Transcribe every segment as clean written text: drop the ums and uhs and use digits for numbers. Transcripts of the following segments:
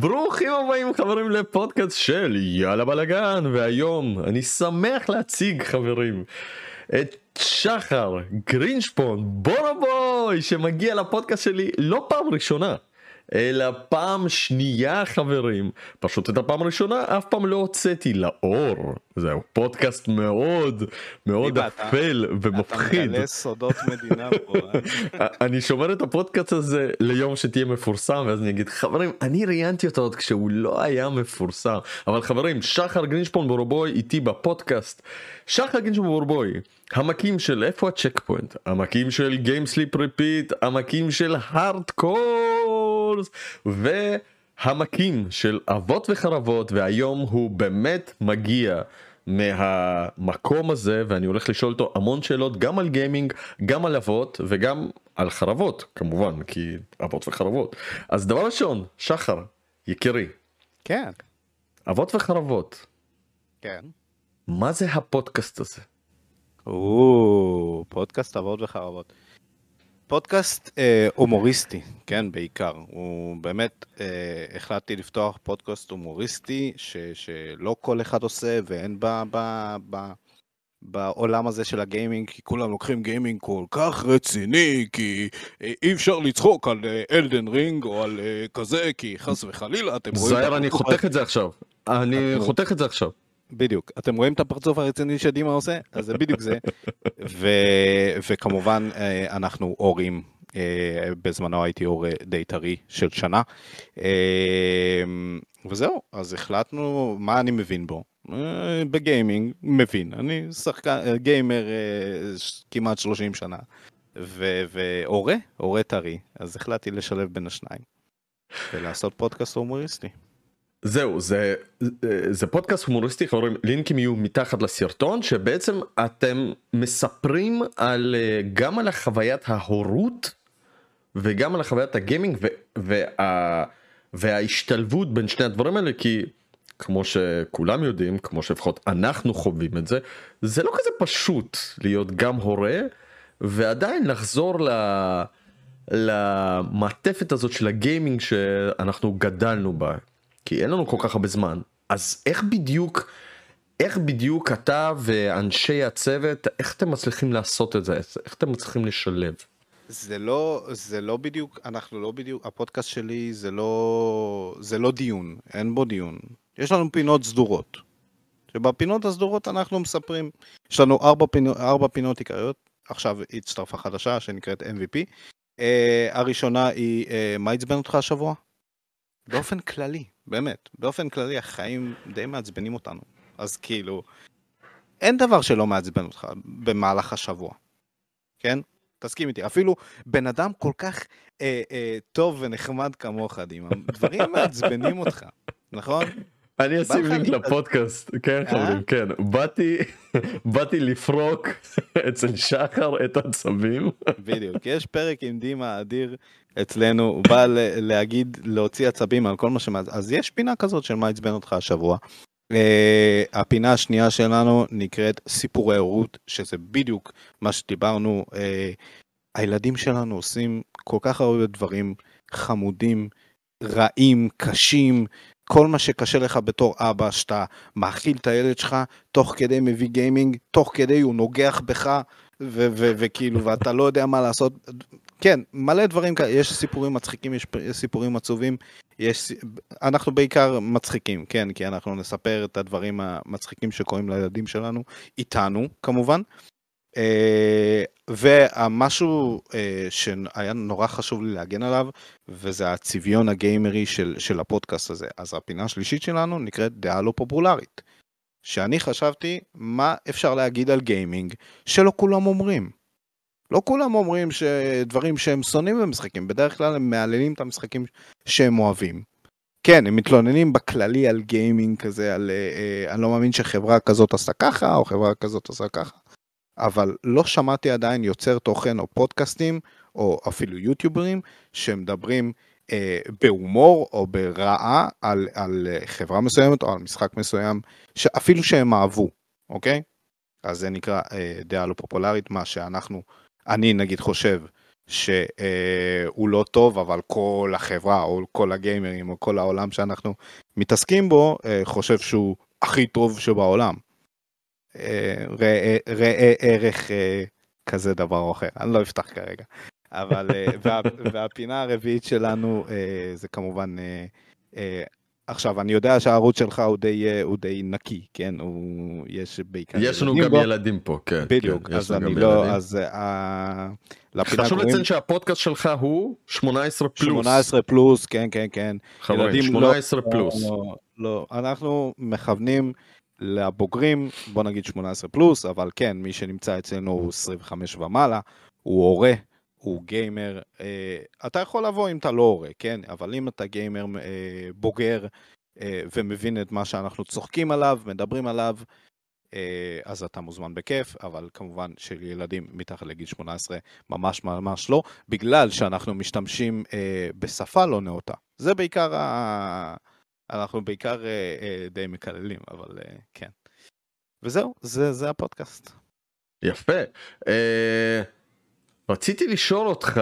ברוכים הבאים חברים לפודקאסט של יאללה בלגן, והיום אני שמח להציג חברים את שחר גרינשפון בורובוי שמגיע לפודקאסט שלי לא פעם ראשונה אלא פעם שנייה חברים. פשוט את הפעם הראשונה אף פעם לא הוצאתי לאור, זהו פודקאסט מאוד מאוד אפל ומפחיד. אתה מגלה סודות מדינה פה. אני שומר את הפודקאסט הזה ליום שתהיה מפורסם, ואז אני אגיד חברים אני ראיינתי אותו עוד כשהוא לא היה מפורסם. אבל חברים, שחר גרינשפון בורובוי איתי בפודקאסט. שחר גרינשפון בורובוי, המקים של איפה הצ'ק פוינט, המקים של גיים סליפ ריפיט, המקים של הארדקור והמקים של אבות וחרבות, והיום הוא באמת מגיע מהמקום הזה ואני הולך לשאול אותו המון שאלות גם על גיימינג, גם על אבות וגם על חרבות כמובן, כי אבות וחרבות. אז דבר ראשון, שחר יקירי, כן, אבות וחרבות, כן, מה זה הפודקאסט הזה? פודקאסט אבות וחרבות. פודקאסט הומוריסטי, כן, בעיקר. הוא באמת, החלטתי לפתוח פודקאסט הומוריסטי, שלא כל אחד עושה, ואין בעולם הזה של הגיימינג, כי כולם לוקחים גיימינג כל כך רציני, כי אי אפשר לצחוק על אלדן רינג, או על כזה, כי חס וחלילה, אתם רואים... זהר, אני חותך את זה עכשיו. אני חותך את זה עכשיו. בדיוק, אתם רואים את הפרצוף הרציני שדימה עושה? אז זה בדיוק זה. וכמובן אנחנו הורים, בזמנו הייתי הור די טרי של שנה, וזהו, אז החלטנו מה אני מבין בו. בגיימינג מבין, אני שחקן גיימר כמעט 30 שנה, והורה טרי, אז החלטתי לשלב בין השניים, ולעשות פודקאסט הומוריסטי. זהו, זה פודקאסט הומוריסטי חברים, לינקים יהיו מתחת לסרטון, שבעצם אתם מספרים גם על החוויית ההורות וגם על החוויית הגיימינג וההשתלבות בין שני הדברים האלה, כי כמו שכולם יודעים, כמו שלפחות אנחנו חווים את זה, זה לא כזה פשוט להיות גם הורה ועדיין לחזור למעטפת הזאת של הגיימינג שאנחנו גדלנו בה, כי אין לנו כל כך הרבה זמן. אז איך בדיוק אתה ואנשי הצוות, איך אתם מצליחים לעשות את זה? איך אתם מצליחים לשלב? זה לא בדיוק, אנחנו לא בדיוק, הפודקאסט שלי זה לא דיון, אין בו דיון. יש לנו פינות סדורות. שבפינות הסדורות אנחנו מספרים, יש לנו 4 פינות עיקריות, עכשיו הצטרפה חדשה שנקראת MVP. הראשונה היא, מה עצבן אותך השבוע? באופן כללי, באמת, באופן כללי החיים די מעצבנים אותנו. אז כאילו, אין דבר שלא מעצבן אותך במהלך השבוע. כן? תסכים איתי, אפילו בן אדם כל כך טוב ונחמד כמוך, דימה, דברים מעצבנים אותך, נכון? אני אשים לינק לפודקאסט, כן חברים, כן, באתי לפרוק אצל שחר את עצבים. בדיוק, יש פרק עם דימה אדיר אצלנו, הוא בא להוציא עצבים על כל מה אז יש פינה כזאת של מה עצבן אותך השבוע. הפינה השנייה שלנו נקראת סיפורי הורות, שזה בדיוק מה שדיברנו. הילדים שלנו עושים כל כך הרבה דברים חמודים, רעים, קשים, כל מה שקשה לך בתור אבא, שאתה מאכיל את הילד שלך, תוך כדי מביא גיימינג, תוך כדי הוא נוגח בך, וכאילו, ואתה לא יודע מה לעשות. כן, מלא דברים כאלה, יש סיפורים מצחיקים, יש סיפורים עצובים, אנחנו בעיקר מצחיקים, כן, כי אנחנו נספר את הדברים המצחיקים שקורים לילדים שלנו, איתנו, כמובן. והמשהו שהיה נורא חשוב לי להגן עליו, וזה הצביון הגיימרי של הפודקאסט הזה. אז הפינה השלישית שלנו נקראת דעה לא פופולרית, שאני חשבתי מה אפשר להגיד על גיימינג שלא כולם אומרים. לא כולם אומרים שדברים שהם שונאים במשחקים, בדרך כלל הם מעללים את המשחקים שהם אוהבים. כן, הם מתלוננים בכללי על גיימינג כזה, אני לא מאמין שחברה כזאת עשה ככה, או חברה כזאת עשה ככה. אבל לא שמעתי עדיין יוצר תוכן או פודקאסטים, או אפילו יוטיוברים, שמדברים בהומור או ברעה על חברה מסוימת או על משחק מסוים, אפילו שהם אהבו, אוקיי? אז זה נקרא דעה לא פופולרית, מה אני נגיד חושב שהוא לא טוב, אבל כל החברה, או כל הגיימרים, או כל העולם שאנחנו מתעסקים בו, חושב שהוא הכי טוב שבעולם. ראה ערך כזה דבר או אחר, אני לא אפתח כרגע. אבל, והפינה הרביעית שלנו, זה כמובן, עכשיו, אני יודע שהערוץ שלך הוא די נקי, כן? יש בעיקר יש לנו גם ילדים פה, כן. בדיוק, כן, אז אני לא, אז חשוב לציין שהפודקאסט שלך הוא 18 פלוס. 18 פלוס, כן, כן, כן. חברים, 18 פלוס. לא, אנחנו מכוונים לבוגרים, בוא נגיד 18 פלוס, אבל כן, מי שנמצא אצלנו הוא 25 ומעלה, הוא הורה, הוא גיימר, אתה יכול לבוא אם אתה לא הורה, כן? אבל אם אתה גיימר בוגר ומבין את מה שאנחנו צוחקים עליו, מדברים עליו, אז אתה מוזמן בכיף, אבל כמובן של ילדים מתחת לגיל 18 ממש ממש לא, בגלל שאנחנו משתמשים בשפה לא נאותה. זה בעיקר, אנחנו בעיקר די מקללים, אבל כן. וזהו, זה הפודקאסט. יפה. רציתי לשאול אותך,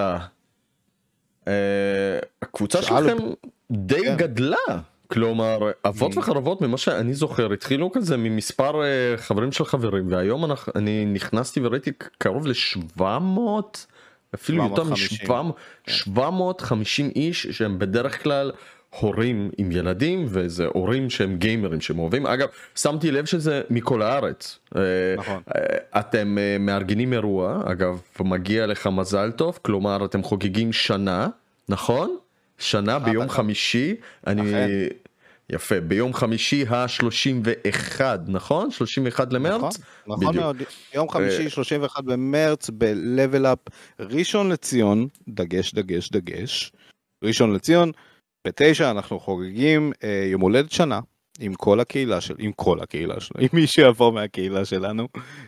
הקבוצה שלכם די גדלה, כלומר אבות וחרבות ממה שאני זוכר התחילו כזה ממספר חברים של חברים, והיום אני נכנסתי וראיתי קרוב ל700, אפילו יותר מ-750 איש שהם בדרך כלל הורים עם ילדים, וזה הורים שהם גיימרים שהם אוהבים. אגב, שמתי לב שזה מכל הארץ. נכון. אתם מארגנים אירוע, אגב, מגיע לך מזל טוב, כלומר אתם חוגגים שנה, נכון? שנה ביום חמישי, יפה, ביום חמישי ה-31, נכון? 31 למרץ? נכון מאוד, יום חמישי 31 במרץ ב-Level Up ראשון לציון, דגש, ראשון לציון, ב-9 אנחנו חוגגים יום הולדת שנה, עם כל הקהילה שלנו, עם מי שיבוא מהקהילה שלנו,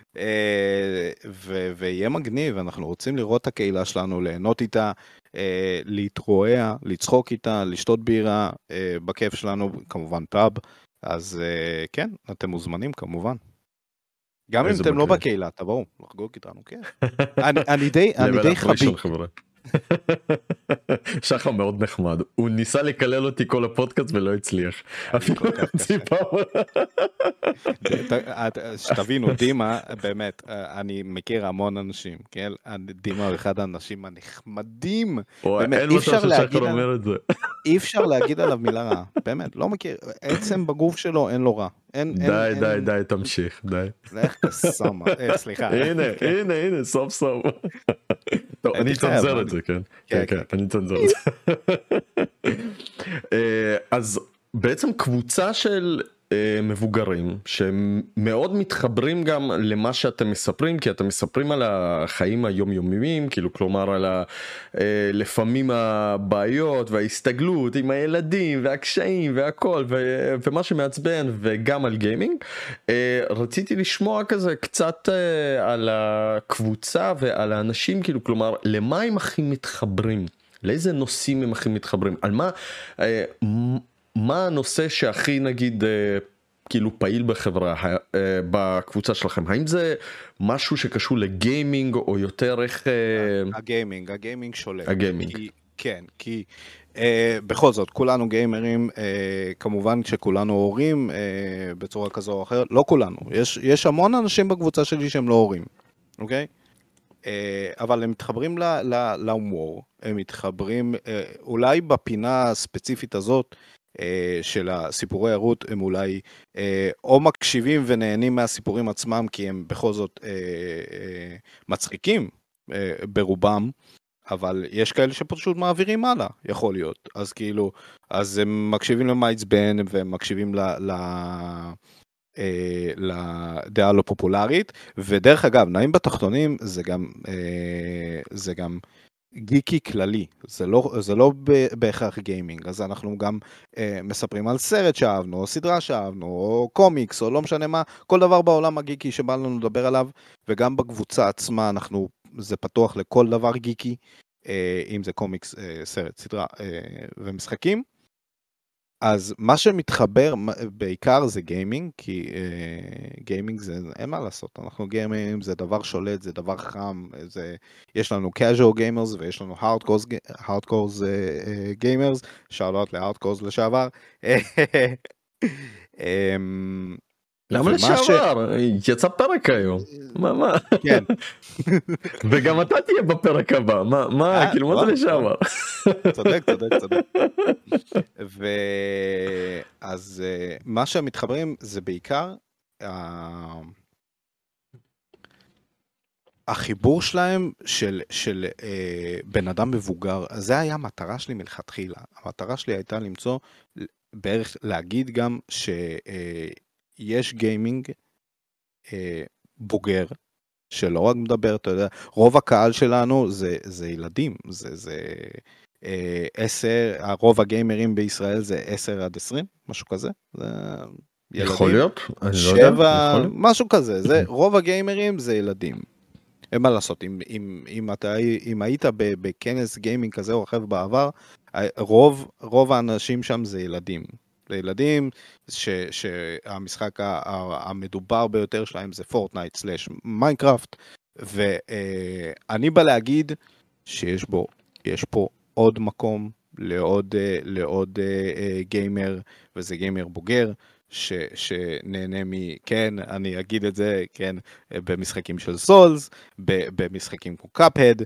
ויהיה מגניב, אנחנו רוצים לראות את הקהילה שלנו, ליהנות איתה, להתרועע, לצחוק איתה, לשתות בירה, בכיף שלנו, כמובן פאב, אז כן, אתם מוזמנים כמובן. גם אם אתם לא בקהילה, תבואו, לחגוג איתנו, כן. אני די חביב. שחר מאוד נחמד, הוא ניסה לקלל אותי כל הפודקאסט ולא הצליח. שתבינו, דימה, באמת, אני מכיר המון אנשים, כן? דימה הוא אחד האנשים הנחמדים, באמת, אי אפשר להגיד עליו מילה רעה, באמת, לא מכיר, עצם בגוף שלו אין לו רע. די, תמשיך, די. לך תסמה, סליחה. הנה, סוף. טוב, אני אצנזר את זה, כן, אני אצנזר את זה. אז בעצם קבוצה של מבוגרים שמאוד מתחברים גם למה שאתם מספרים, כי אתם מספרים על החיים היומיומיים, כאילו כלומר על לפעמים הבעיות וההסתגלות עם הילדים והקשיים והכל ומה שמעצבן, וגם על גיימינג. רציתי לשמוע כזה קצת על הקבוצה ועל האנשים, כאילו כלומר למה הם הכי מתחברים, לאיזה נושאים הם הכי מתחברים, על מה הנושא שהכי נגיד כאילו פעיל בחברה, בקבוצה שלכם? האם זה משהו שקשור לגיימינג או יותר איך... הגיימינג שולט. כן, כי בכל זאת, כולנו גיימרים, כמובן שכולנו הורים בצורה כזו או אחרת, לא כולנו, יש המון אנשים בקבוצה שלי שהם לא הורים, אוקיי? אבל הם מתחברים להומור, הם מתחברים, אולי בפינה הספציפית הזאת, של הסיפורי ערות, הם אולי או מקשיבים ונהנים מהסיפורים עצמם, כי הם בכל זאת מצחיקים ברובם, אבל יש כאלה שפשוט מעבירים הלאה, יכול להיות. אז כאילו, אז הם מקשיבים למה עצבן, והם מקשיבים לדעה לא פופולרית, ודרך אגב, נעים בתחתונים, זה גם גיקי כללי, זה לא בהכרח גיימינג, אז אנחנו גם מספרים על סרט שאהבנו, או סדרה שאהבנו, או קומיקס, או לא משנה מה, כל דבר בעולם הגיקי שבא לנו לדבר עליו, וגם בקבוצה עצמה זה פתוח לכל דבר גיקי, אם זה קומיקס, סרט, סדרה ומשחקים. אז מה שמתחבר בעיקר זה גיימינג, כי גיימינג זה, אין מה לעשות, אנחנו גיימרים, זה דבר שולט, זה דבר חם, יש לנו casual gamers ויש לנו hardcore gamers, שאלות ל-hardcore לשעבר. למה לשעבר? יצא פרק היום. מה? כן. וגם אתה תהיה בפרק הבא. מה? כאילו, מה זה לשעבר? צודק. ואז מה שמתחברים זה בעיקר החיבור שלהם של בן אדם מבוגר. זה היה המטרה שלי מלכתחילה. המטרה שלי הייתה למצוא, בערך להגיד גם שיש גיימינג בוגר, שלא רק מדבר, אתה יודע, רוב הקהל שלנו זה ילדים, זה 10, הרוב הגיימרים בישראל זה 10 עד 20, משהו כזה. יכול להיות, אני לא 7, משהו כזה, זה, רוב הגיימרים זה ילדים. אין מה לעשות, אם היית בכנס גיימינג כזה או אחר בעבר, רוב האנשים שם זה ילדים. לילדים שהמשחק המדובר ביותר שלהם זה פורטנייט סלאש מיינקראפט, ואני בא להגיד שיש פה עוד מקום לעוד גיימר, וזה גיימר בוגר, שנהנה כן, אני אגיד את זה, כן, במשחקים של סולס, במשחקים כמו קאפהד,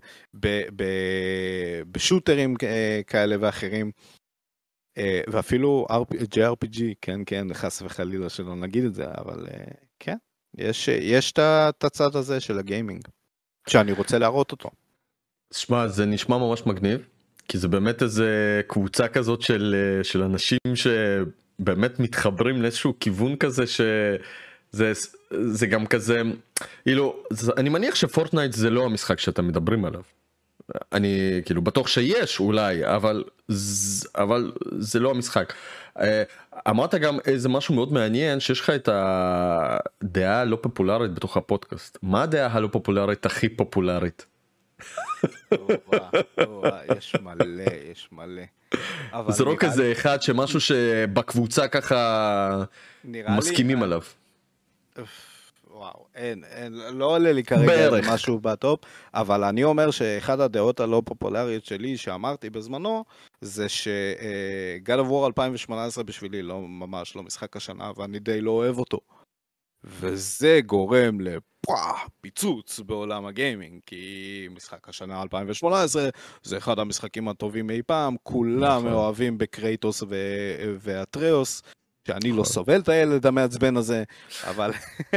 בשוטרים כאלה ואחרים, ואפילו JRPG, כן, חס וחלילה שלא נגיד את זה, אבל כן, יש את הצד הזה של הגיימינג, שאני רוצה להראות אותו. שמע, זה נשמע ממש מגניב, כי זה באמת איזה קבוצה כזאת של אנשים שבאמת מתחברים לאיזשהו כיוון כזה, שזה גם כזה, אילו, אני מניח שפורטנייט זה לא המשחק שאתם מדברים עליו. אני כאילו בטוח שיש אולי, אבל זה לא המשחק. אמרת גם איזה משהו מאוד מעניין, שיש לך את הדעה הלא פופולרית בתוך הפודקאסט. מה הדעה הלא פופולרית הכי פופולרית? יש מלא. זה לא כזה אחד שמשהו שבקבוצה ככה מסכימים עליו. וואו, אין, לא עולה לי כרגע משהו בטופ, אבל אני אומר שאחד הדעות הלא פופולריות שלי שאמרתי בזמנו, זה God of War 2018 בשבילי ממש לא משחק השנה, ואני די לא אוהב אותו. וזה גורם פיצוץ בעולם הגיימינג, כי משחק השנה 2018 זה אחד המשחקים הטובים אי פעם, כולם אוהבים בקרייטוס ואטריוס, שאני לא סובל את הילד המעצבן הזה, אבל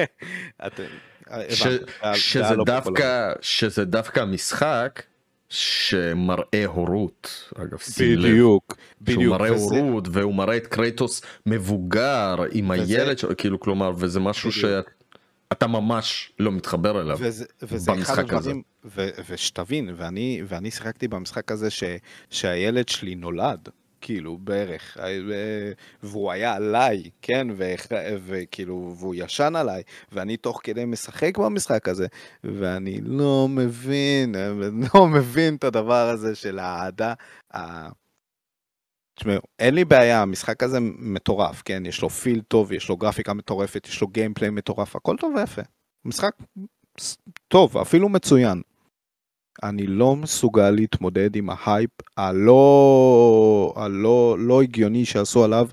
שזה דווקא משחק שמראה הורות, אגב, בדיוק, שהוא מראה הורות, והוא מראה את קרייטוס מבוגר עם הילד, כאילו כלומר, וזה משהו שאתה ממש לא מתחבר אליו במשחק הזה. ושתבין, ואני שיחקתי במשחק הזה שהילד שלי נולד, כאילו בערך, והוא היה עליי, כן, וכאילו, והוא ישן עליי, ואני תוך כדי משחק במשחק הזה, ואני לא מבין את הדבר הזה של האהדה. תשמעו, אין לי בעיה, המשחק הזה מטורף, כן, יש לו פיל טוב, יש לו גרפיקה מטורפת, יש לו גיימפליי מטורף, הכל טוב ויפה. משחק טוב, אפילו מצוין. אני לא מסוגל להתמודד עם ההייפ הלא הגיוני שעשו עליו,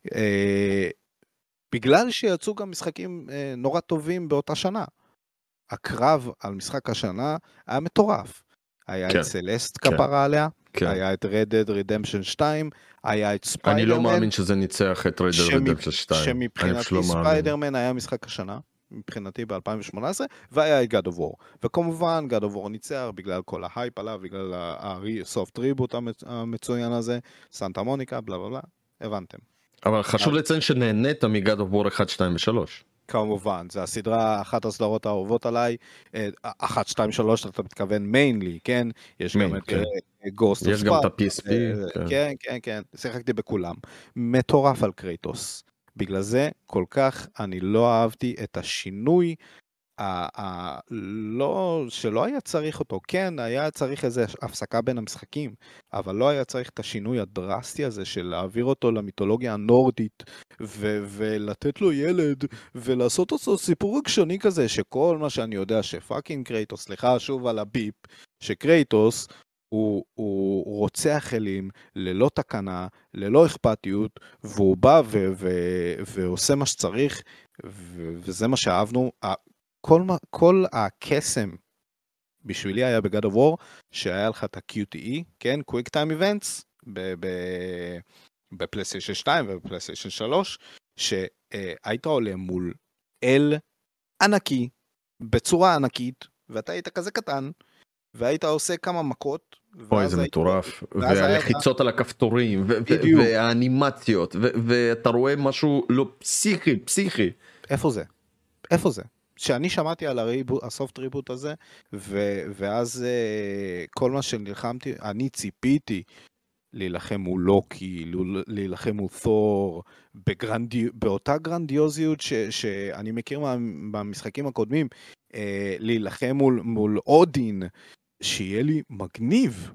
בגלל שיצאו גם משחקים נורא טובים באותה שנה. הקרב על משחק השנה היה מטורף. היה את סלסט כפרה עליה, היה את Red Dead Redemption 2, היה את ספיידרמן. אני לא מאמין שזה ניצח את Red Dead Redemption 2. שמבחינתי ספיידרמן היה משחק השנה. מבחינתי ב-2018, והיה את God of War. וכמובן, God of War ניצח בגלל כל ההייפ עליו, בגלל הסופט ריבוט המצוין הזה, סנטה מוניקה, בלה בלה בלה, הבנתם. אבל חשוב לציין שנהנית מ-God of War 1, 2 ו-3. כמובן, זה הסדרה, אחת הסדרות האהובות עליי, 1, 2, 3, אתה מתכוון מיינלי, כן? יש גם את Ghost of Sparta. יש גם את ה-PSP. כן, שיחקתי בכולם. מטורף על קרייטוס. בגלל זה כל כך אני לא אהבתי את השינוי לא, שלא היה צריך אותו, כן, היה צריך איזו הפסקה בין המשחקים, אבל לא היה צריך את השינוי הדרסטי הזה של להעביר אותו למיתולוגיה הנורדית, ולתת לו ילד, ולעשות אותו סיפור רגשני כזה, שכל מה שאני יודע שפאקינג קרייטוס, סליחה שוב על הביפ, שקרייטוס הוא רוצח אלים, ללא תקנה, ללא אכפתיות, והוא בא ועושה מה שצריך, וזה מה שאהבנו. כל הקסם בשבילי היה בגד אוף וור, שהיה לך את ה-QTE, כן, Quick Time Events, בפלייסטיישן 2 ובפלייסטיישן 3, שהיית עולה מול אל ענקי, בצורה ענקית, ואתה היית כזה קטן, והיית עושה כמה מכות. אוי, זה מטורף. והלחיצות על הכפתורים, והאנימציות, ואתה רואה משהו לא פסיכי. איפה זה? איפה זה? שאני שמעתי על הסופט ריבוט הזה, ואז כל מה שנלחמתי, אני ציפיתי להילחם מול לוקי, להילחם מול תור, באותה גרנדיוזיות שאני מכיר במשחקים הקודמים, להילחם מול אודין, שיהיה לי מגניב.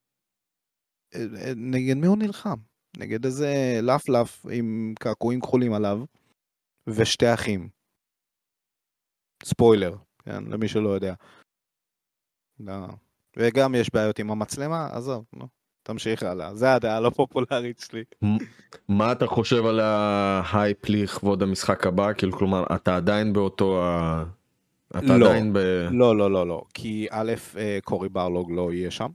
נגד מי הוא נלחם? נגד איזה לפלף עם קעקועים כחולים עליו, ושתי אחים. ספוילר, כן, למי שלא יודע. לא. וגם יש בעיות עם המצלמה, עזוב, נו, תמשיך הלאה. זה הדעה הלא פופולרית שלי. מה אתה חושב על ההייפ לכבוד המשחק הבא? כאילו, כלומר, אתה עדיין באותו אתה לא, עדיין לא, כי א', קורי ברלוג לא יהיה שם.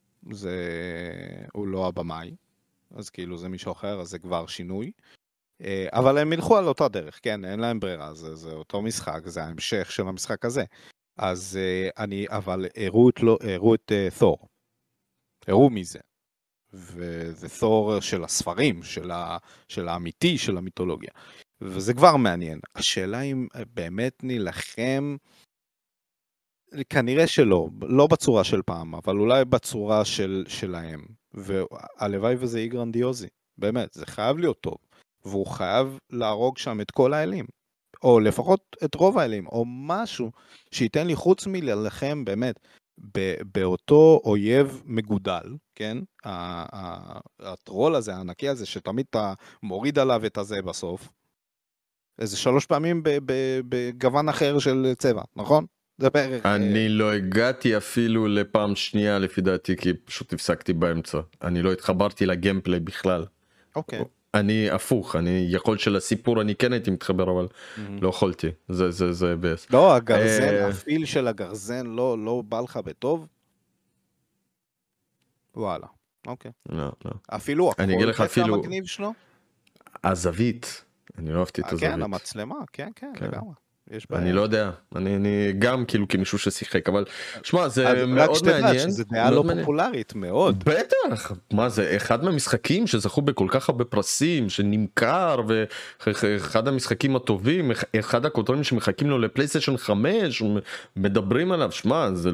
הוא לא הבמאי. אז כאילו זה מישהו אחר, אז זה כבר שינוי. אבל הם ילכו על אותה דרך, כן, אין להם ברירה, זה אותו משחק, זה ההמשך של המשחק הזה. אז אבל הראו את תור. הראו מזה. וזה תור של הספרים, של האמיתי, של המיתולוגיה. וזה כבר מעניין. השאלה אם באמת נלחם, כנראה שלא, לא בצורה של פעם, אבל אולי בצורה שלהם. והלוואי וזה יהיה גרנדיוזי. באמת, זה חייב להיות טוב. והוא חייב להרוג שם את כל האלים, או לפחות את רוב האלים, או משהו שייתן לי חוץ מללחם באמת באותו אויב מגודל, כן? הטרול הזה, הענקי הזה, שתמיד אתה מוריד עליו את הזה בסוף, איזה 3 פעמים בגוון אחר של צבע, נכון? זה בערך... אני לא הגעתי אפילו לפעם שנייה לפי דעתי, כי פשוט הפסקתי באמצע. אני לא התחברתי לגיימפליי בכלל. אוקיי. אני הפוך, אני יכול שלסיפור אני כן הייתי מתחבר, אבל לא יכולתי, זה בס. לא, הגרזן, הפיל של הגרזן לא בא לך בטוב? וואלה, אוקיי. לא. אפילו הכל קטע המגניב שלו? הזווית, אני לא אהבתי את הזווית. כן, המצלמה, כן, לגמרי. אני לא יודע, אני גם כאילו כמישהו ששיחק, אבל שמע, זה מאוד רק שתדע מעניין. שזה דעה לא פופולרית מאוד. בטח, מה זה, אחד מהמשחקים שזכו בכל כך הרבה פרסים, שנמכר, ואחד המשחקים הטובים, אחד הכותרים שמחכים לו לפלייסטיישן 5, מדברים עליו, שמע, זה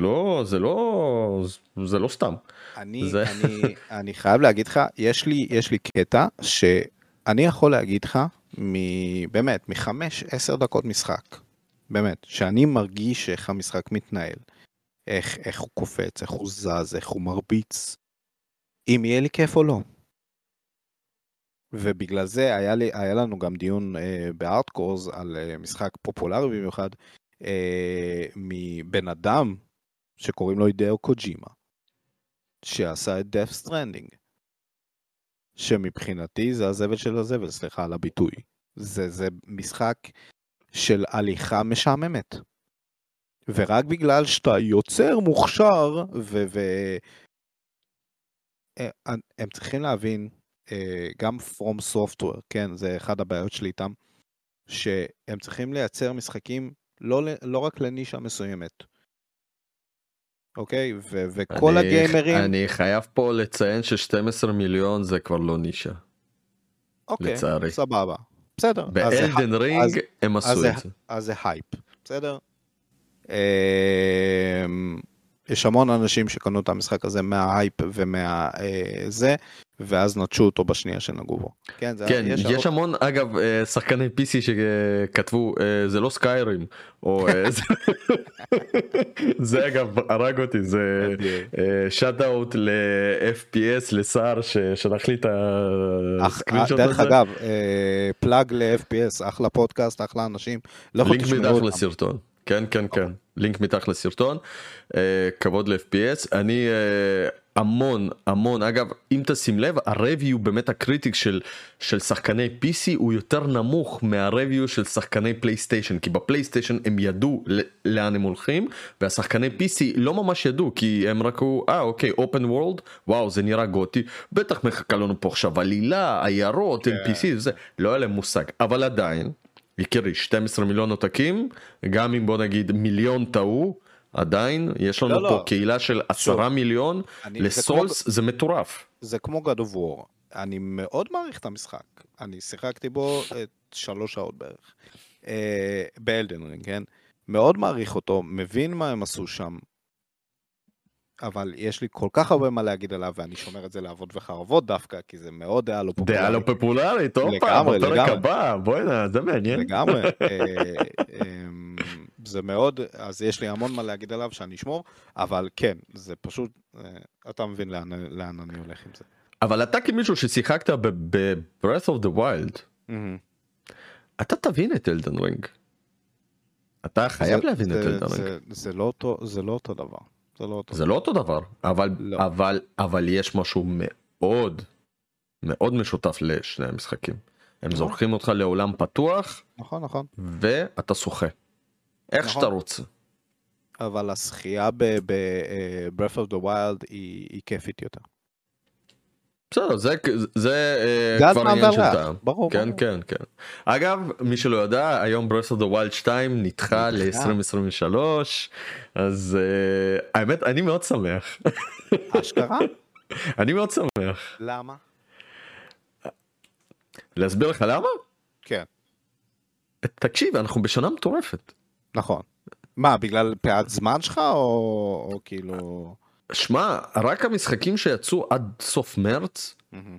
לא סתם. אני חייב להגיד לך, יש לי קטע שאני יכול להגיד לך, באמת, מ5-10 דקות משחק, באמת, שאני מרגיש איך המשחק מתנהל, איך הוא קופץ, איך הוא זז, איך הוא מרביץ, אם יהיה לי כיף או לא. ובגלל זה היה לנו גם דיון בארטקורס על משחק פופולרי במיוחד, מבן אדם שקוראים לו הידאו קוג'ימה, שעשה את Death Stranding. שמבחינתי זה הזבל של הזבל, סליחה על הביטוי. זה משחק של הליכה משעממת. ורק בגלל שאתה יוצר מוכשר, הם צריכים להבין, גם From Software, כן, זה אחד הבעיות שלי איתם, שהם צריכים לייצר משחקים לא רק לנישה מסוימת. אוקיי? וכל הגיימרים... אני חייב פה לציין ש12 מיליון זה כבר לא נישה. אוקיי, לצערי. סבבה. בסדר. באלדן רינג הם עשו את זה. אז זה הייפ, בסדר? יש המון אנשים שקנו את המשחק הזה מההייפ ומהזה, ואז נטשו אותו בשנייה שנגעו בו. כן, כן, יש המון, אגב, שחקני PC שכתבו, זה לא סקיירים, או זה אגב הרג אותי, זה שאט אאוט ל-FPS, לסער שלח לי את הסקרינשוט הזה. דרך אגב, פלאג ל-FPS, אחלה פודקאסט, אחלה אנשים. לינק מתחת לסרטון, כן, כן, כן, לינק מתחת לסרטון, כבוד ל-FPS, אני המון, אגב, אם תשים לב, הרוויו באמת הקריטיק של שחקני PC הוא יותר נמוך מהרוויו של שחקני פלייסטיישן, כי בפלייסטיישן הם ידעו לאן הם הולכים, והשחקני PC לא ממש ידעו, כי הם ראו, אוקיי, open world, וואו, זה נראה גוטי, בטח מחכה לנו פה עכשיו עלילה, עיירות, NPC, זה, לא היה להם מושג, אבל עדיין, יקירי, 12 מיליון עותקים, גם אם בוא נגיד מיליון טעו, עדיין יש לנו פה קהילה של 10 מיליון, לסולס זה מטורף. זה כמו God of War, אני מאוד מעריך את המשחק, אני שיחקתי בו 3 שעות בערך, באלדן רינג, כן? מאוד מעריך אותו, מבין מה הם עשו שם, אבל יש לי כל כך הרבה מה להגיד עליו, ואני שומר את זה לעבוד וחרבות דווקא, כי זה מאוד דעה לא פופולרית. דעה לא פופולרית, אופה, בפרק הבא, בואי זה מעניין. לגמרי. זה מאוד, אז יש לי המון מה להגיד עליו שאני אשמור, אבל כן, זה פשוט, אתה מבין לאן אני הולך עם זה. אבל אתה כמישהו ששיחקת ב-Breath of the Wild, אתה תבין את אלדן רינג. אתה חייב להבין את אלדן רינג. זה לא אותו דבר. זה לא אותו דבר, אבל יש משהו מאוד מאוד משותף לשני המשחקים. הם זורקים אותך לעולם פתוח, נכון, ואתה שוחה. איך שאתה רוצה. אבל השחייה ב-Breath of the Wild היא כיפית יותר. בסדר, זה כבר עניין של טעם. ברור. כן. אגב, מי שלא יודע, היום Breath of the Wild 2 נדחה ל-2023, אז האמת, אני מאוד שמח. אשכרה? אני מאוד שמח. למה? להסביר לך למה? כן. תקשיב, אנחנו בשנה מטורפת. נכון. מה, בגלל פעד זמן שלך, או כאילו... שמע, רק המשחקים שיצאו עד סוף מרץ,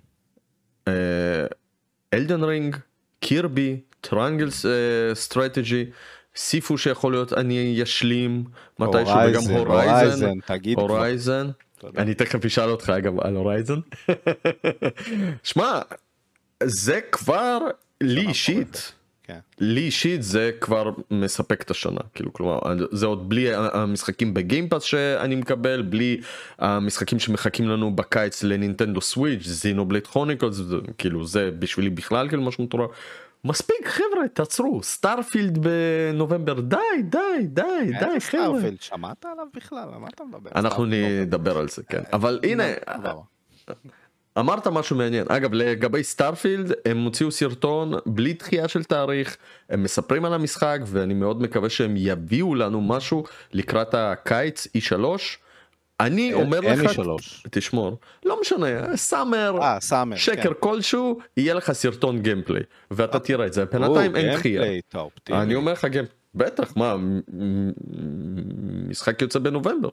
אלדן רינג, קירבי, טרנגל סטרטג'י, סיפו שיכול להיות אני ישלים, מתישהו, וגם הורייזן, אני תכף אשאל אותך אגב על הורייזן. שמע, זה כבר לי אישית זה כבר מספק את השנה, כאילו, כלומר, זה עוד בלי המשחקים בגיימפאס שאני מקבל, בלי המשחקים שמחכים לנו בקיץ לנינטנדו סוויץ', זינובלייד כרוניקלס, כאילו זה בשבילי בכלל כאילו משהו מטורף. מספיק חבר'ה, תעצרו, סטארפילד בנובמבר, די חבר'ה. סטארפילד, שמעת עליו בכלל? על מה אתה מדבר? אנחנו נדבר על זה, כן, אבל הנה, אמרת משהו מעניין. אגב, לגבי סטארפילד, הם הוציאו סרטון בלי דחייה של תאריך, הם מספרים על המשחק, ואני מאוד מקווה שהם יביאו לנו משהו לקראת הקיץ E3. אני אומר לך, תשמור, לא משנה, סאמר, שקר כלשהו, יהיה לך סרטון גיימפליי, ואתה תראה את זה, בינתיים אין דחייה. אני אומר לך גיימפליי, בטח, מה, משחק יוצא בנובמבר,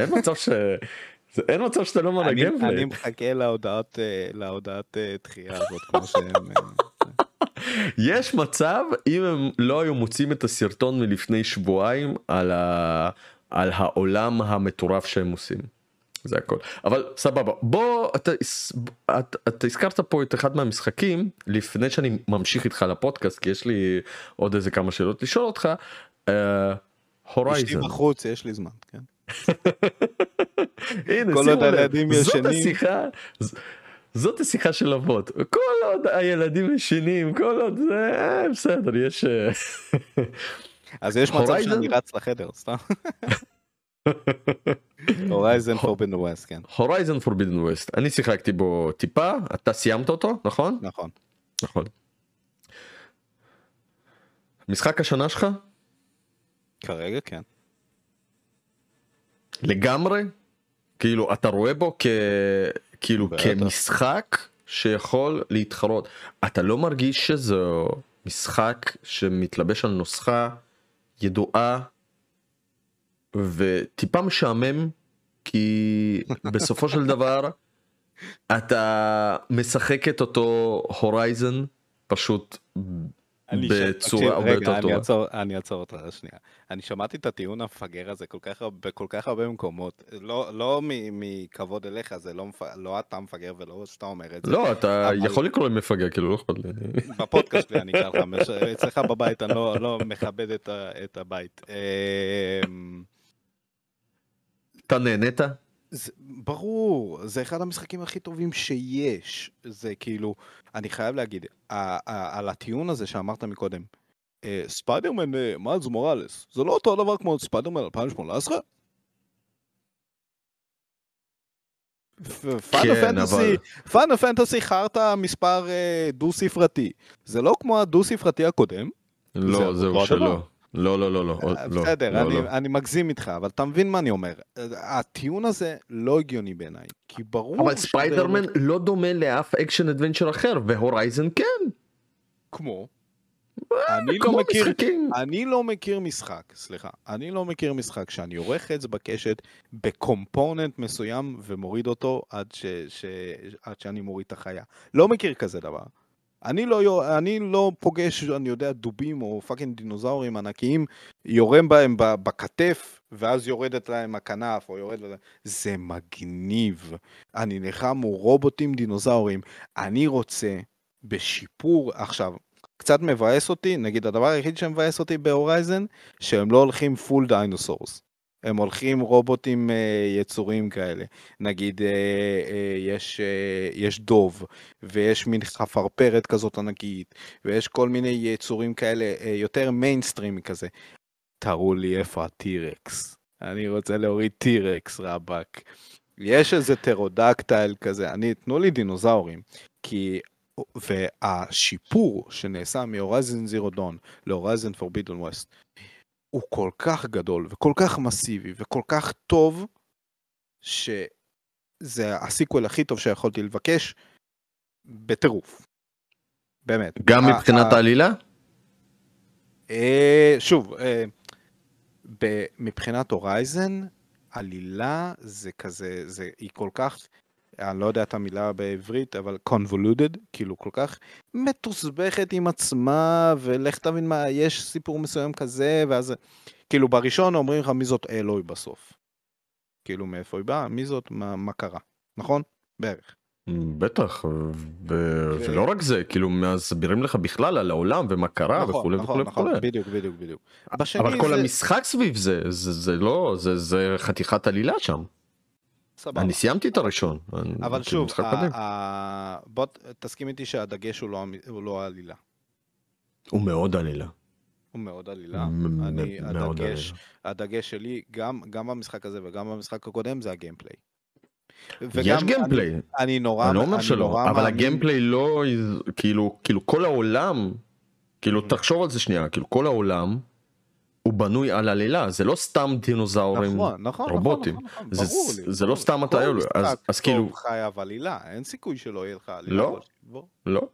אין מצב שאתה לא מראה גיימפליי. אני מחכה להודעת דחייה הזאת, כמו שהם... יש מצב, אם הם לא היו מוצאים את הסרטון מלפני שבועיים על העולם המטורף שהם עושים. זה הכל. אבל סבבה, בוא, אתה הזכרת פה את אחד מהמשחקים, לפני שאני ממשיך איתך לפודקאסט, כי יש לי עוד איזה כמה שאלות לשאול אותך, הורייזן. אשתי בחוץ, יש לי זמן, כן. הנה, שימו לב, זאת השיחה של אבות, כל עוד הילדים ישנים, כל עוד זה, בסדר, יש... אז יש מצב שאני רץ לחדר, סתם. הורייזן פורבידן ווסט, כן. הורייזן פורבידן ווסט, אני שיחקתי בו טיפה, אתה סיימת אותו, נכון? נכון. משחק השנה שלך? כרגע כן. לגמרי? כאילו אתה רואה בו כאילו כמשחק שיכול להתחרות. אתה לא מרגיש שזה משחק שמתלבש על נוסחה ידועה וטיפה משעמם, כי בסופו של דבר אתה משחק את אותו הורייזן פשוט בצורה הרבה יותר טובה. אני אעצור אותך שנייה. אני שמעתי את הטיעון המפגר הזה בכל כך הרבה מקומות. לא מכבוד אליך, זה לא אתה מפגר ולא שאתה אומר את זה. לא, אתה יכול לקרוא לי מפגר, כאילו לא אכפת לי. בפודקאסט שלי אני אקרא לך, אצלך בבית אני לא מכבד את הבית. אתה נהנית? ברור, זה אחד המשחקים הכי טובים שיש. זה כאילו, אני חייב להגיד, על הטיעון הזה שאמרת מקודם, ספיידרמן מיילס מוראלס, זה לא אותו דבר כמו ספיידרמן 2018? פאנל פנטסי חרטה מספר דו ספרתי. זה לא כמו הדו ספרתי הקודם. לא, זהו שלא. לא. בסדר, אני מגזים איתך, אבל אתה מבין מה אני אומר. הטיעון הזה לא הגיוני בעיניי, כי ברור... אבל ספיידרמן לא דומה לאף אקשן אדוונצ'ר אחר, והורייזן כן. כמו? כמו משחקים. אני לא מכיר משחק שאני עורך אצבע קשת בקומפוננט מסוים ומוריד אותו עד שאני מוריד את החיה. לא מכיר כזה דבר. אני לא פוגש, אני יודע, דובים או פאקינג דינוזאורים ענקיים, יורם בהם בכתף, ואז יורדת להם הכנף, או יורד להם... זה מגניב. אני נלחם מול רובוטים דינוזאורים. אני רוצה בשיפור, עכשיו, קצת מבאס אותי, נגיד הדבר היחיד שמבאס אותי בהורייזן, שהם לא הולכים פול דיינוסורס. הם הולכים רובוטים יצורים כאלה. נגיד, יש דוב, ויש מין חפרפרת כזאת ענקית, ויש כל מיני יצורים כאלה, יותר מיינסטרים כזה. תראו לי איפה הטירקס. אני רוצה להוריד טירקס, רבק. יש איזה טרודקטייל כזה. תנו לי דינוזאורים. והשיפור שנעשה מהורייזן זירו דון להורייזן פורבידן ווסט, הוא כל כך גדול וכל כך מסיבי וכל כך טוב, שזה הסיקוול הכי טוב שיכולתי לבקש בטירוף. באמת. גם מבחינת העלילה? שוב, מבחינת הורייזן, עלילה זה כזה, היא כל כך, אני לא יודע את המילה בעברית, אבל convoluted, כאילו כל כך מתוסבכת עם עצמה, ולך תבין מה, יש סיפור מסוים כזה, ואז, כאילו בראשון אומרים לך מי זאת אלוהי בסוף. כאילו מאיפה היא באה, מי זאת, מה קרה, נכון? בערך. בטח, ולא רק זה, כאילו מסבירים לך בכלל על העולם ומה קרה וכולי וכולי וכולי. בדיוק. אבל כל המשחק סביב זה לא, זה חתיכת עלילה שם. סבבה. אני סיימתי את הראשון. אבל שוב, בוא תסכים איתי שהדגש הוא לא העלילה. הוא מאוד עלילה. הוא מאוד עלילה. מאוד עלילה. הדגש שלי, גם במשחק הזה וגם במשחק הקודם, זה הגיימפליי. יש גיימפליי. אני לא אומר שלא, אבל הגיימפליי לא, כאילו כל העולם, כאילו תחשוב על זה שנייה, כאילו כל העולם הוא בנוי על עלילה, זה לא סתם דינוזאורים רובוטים, זה לא סתם אתה אלו, אז כאילו... טוב חייב עלילה, אין סיכוי שלא יהיה לך עלילה. לא,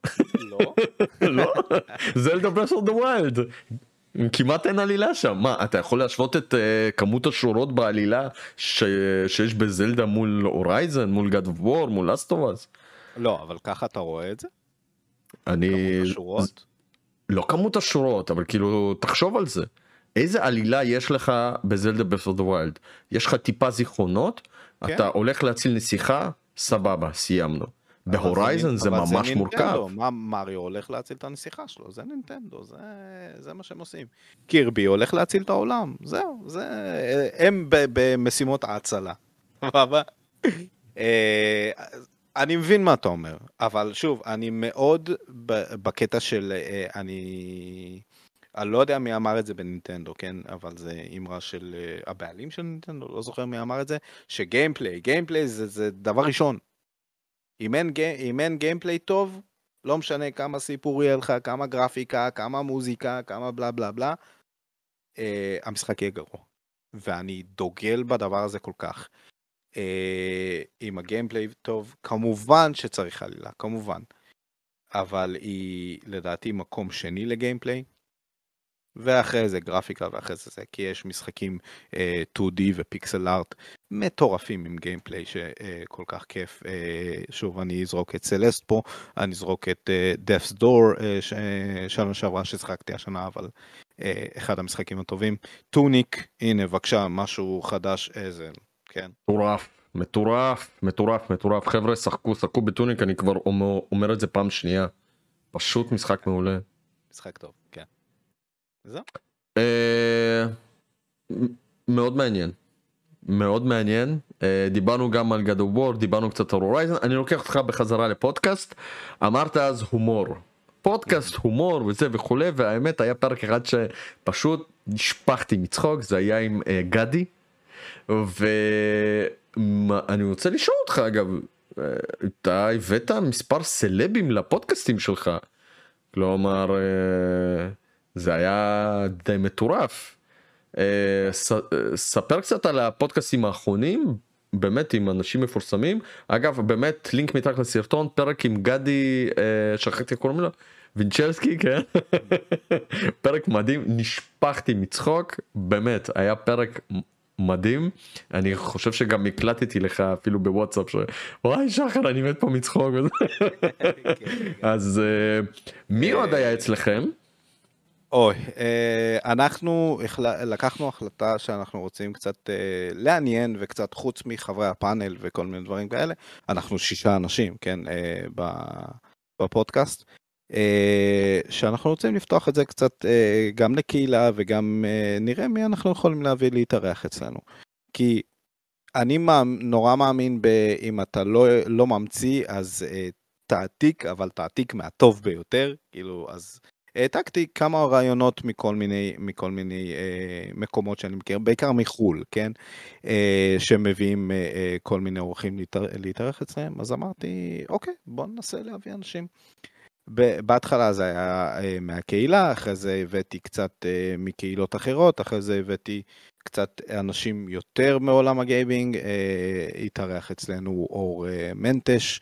זלדה ברת' אוף דה ווילד, כמעט אין עלילה שם. מה, אתה יכול להשוות את כמות השורות בעלילה שיש בזלדה מול הורייזן, מול God of War, מול Last of Us? לא, אבל ככה אתה רואה את זה? כמות השורות? לא כמות השורות, אבל כאילו תחשוב על זה. איזה עלילה יש לך בזלדה ברת' אוף דה ווילד? יש לך טיפה זיכרונות, אתה הולך להציל נסיכה, סבבה, סיימנו. בהורייזן זה ממש מורכב. מה מריו הולך להציל את הנסיכה שלו? זה נינטנדו, זה מה שהם עושים. קירבי הולך להציל את העולם, זהו, הם במשימות ההצלה. אני מבין מה אתה אומר, אבל שוב, אני מאוד בקטע של, אני לא יודע מי אמר את זה בנינטנדו, כן? אבל זה אמרה של הבעלים של נינטנדו, לא זוכר מי אמר את זה, שגיימפליי זה דבר ראשון. אם אין גיימפליי טוב, לא משנה כמה סיפור יהיה לך, כמה גרפיקה, כמה מוזיקה, כמה בלה בלה בלה, המשחק יהיה גרוע. ואני דוגל בדבר הזה כל כך. אם הגיימפליי טוב, כמובן שצריך עלילה, כמובן. אבל היא לדעתי מקום שני לגיימפליי. ואחרי זה גרפיקה, ואחרי זה, כי יש משחקים 2D ופיקסל ארט מטורפים עם גיימפליי שכל כך כיף. שוב, אני אזרוק את סלסט פה, אני אזרוק את Death's Door, שנה שעברה ששחקתי השנה, אבל אחד המשחקים הטובים. טוניק, הנה, בבקשה, משהו חדש, איזה, כן. מטורף. חבר'ה, שחקו בטוניק, אני כבר אומר את זה פעם שנייה. פשוט משחק מעולה. משחק טוב, כן. זהו. מאוד מעניין. דיברנו גם על God of War, דיברנו קצת על הורייזן. אני לוקח אותך בחזרה לפודקאסט. אמרת אז הומור. פודקאסט הומור וזה וכולי, והאמת היה פרק אחד שפשוט נשפחתי מצחוק, זה היה עם גדי. ואני רוצה לשאול אותך אגב, אתה הבאת מספר סלבים לפודקאסטים שלך. כלומר, זה היה די מטורף. ספר קצת על הפודקאסטים האחרונים, באמת עם אנשים מפורסמים. אגב, באמת, לינק מתחת לסרטון, פרק עם גדי, שכחתי קוראים לו, וינצ'לסקי, כן? פרק מדהים, נשפחתי מצחוק, באמת, היה פרק מדהים. אני חושב שגם הקלטתי לך אפילו בוואטסאפ, וואי שחר, אני מת פה מצחוק. אז מי עוד היה אצלכם? אוי, אנחנו לקחנו החלטה שאנחנו רוצים קצת לעניין וקצת חוץ מחברי הפאנל וכל מיני דברים כאלה, אנחנו 6 אנשים, כן, בפודקאסט, שאנחנו רוצים לפתוח את זה קצת גם לקהילה וגם נראה מי אנחנו יכולים להביא להתארח אצלנו. כי אני נורא מאמין אם אתה לא ממציא אז תעתיק, אבל תעתיק מהטוב ביותר, כאילו אז... העתקתי כמה רעיונות מכל מיני מקומות שאני מכיר, בעיקר מחול, כן? שמביאים כל מיני אורחים להתארח אצלם, אז אמרתי, אוקיי, בוא ננסה להביא אנשים. בהתחלה זה היה מהקהילה, אחרי זה הבאתי קצת מקהילות אחרות, אחרי זה הבאתי קצת אנשים יותר מעולם הגיימינג, התארח אצלנו אור מנטש,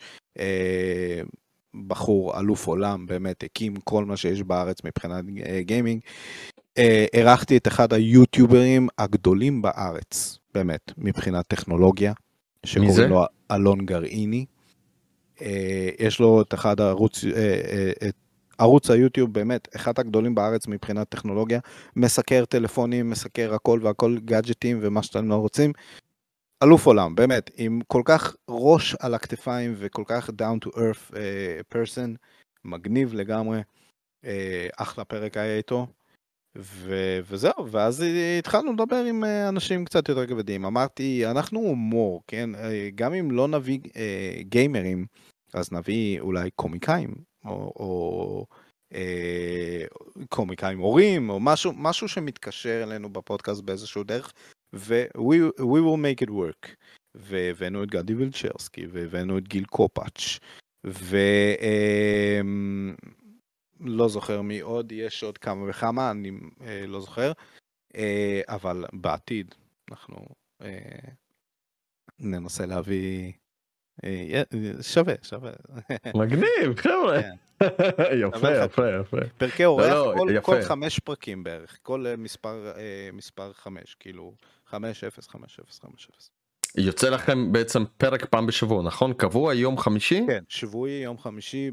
בחור אלוף עולם, באמת הקים כל מה שיש בארץ מבחינת גיימינג. ערכתי את אחד היוטיוברים הגדולים בארץ, באמת, מבחינת טכנולוגיה, שקוראים לו אלון גרעיני. יש לו את אחד ערוץ היוטיוב, באמת, אחד הגדולים בארץ מבחינת טכנולוגיה, מסקר טלפונים, מסקר הכל והכל גאדג'טים ומה שאתם לא רוצים. אלוף עולם, באמת, עם כל כך ראש על הכתפיים וכל כך down to earth person, מגניב לגמרי, אחלה פרק היה איתו, וזהו, ואז התחלנו לדבר עם אנשים קצת יותר כבדים. אמרתי, אנחנו הומור, כן, גם אם לא נביא גיימרים, אז נביא אולי קומיקאים, או קומיקאים הורים, או משהו שמתקשר אלינו בפודקאסט באיזשהו דרך, we will make it work. והבאנו את גדי וילצ'רסקי, והבאנו את גיל קופאץ', לא זוכר מי עוד, יש עוד כמה וכמה, אני לא זוכר, אבל בעתיד אנחנו ננסה להביא, שווה. מגניב, חבר'ה. יפה. פרקי אורח, כל 5 פרקים בערך, כל מספר 5, כאילו 5, 0, 5, 0, 5, 0. יוצא לכם בעצם פרק פעם בשבוע, נכון? קבוע יום חמישי? כן, שבועי יום חמישי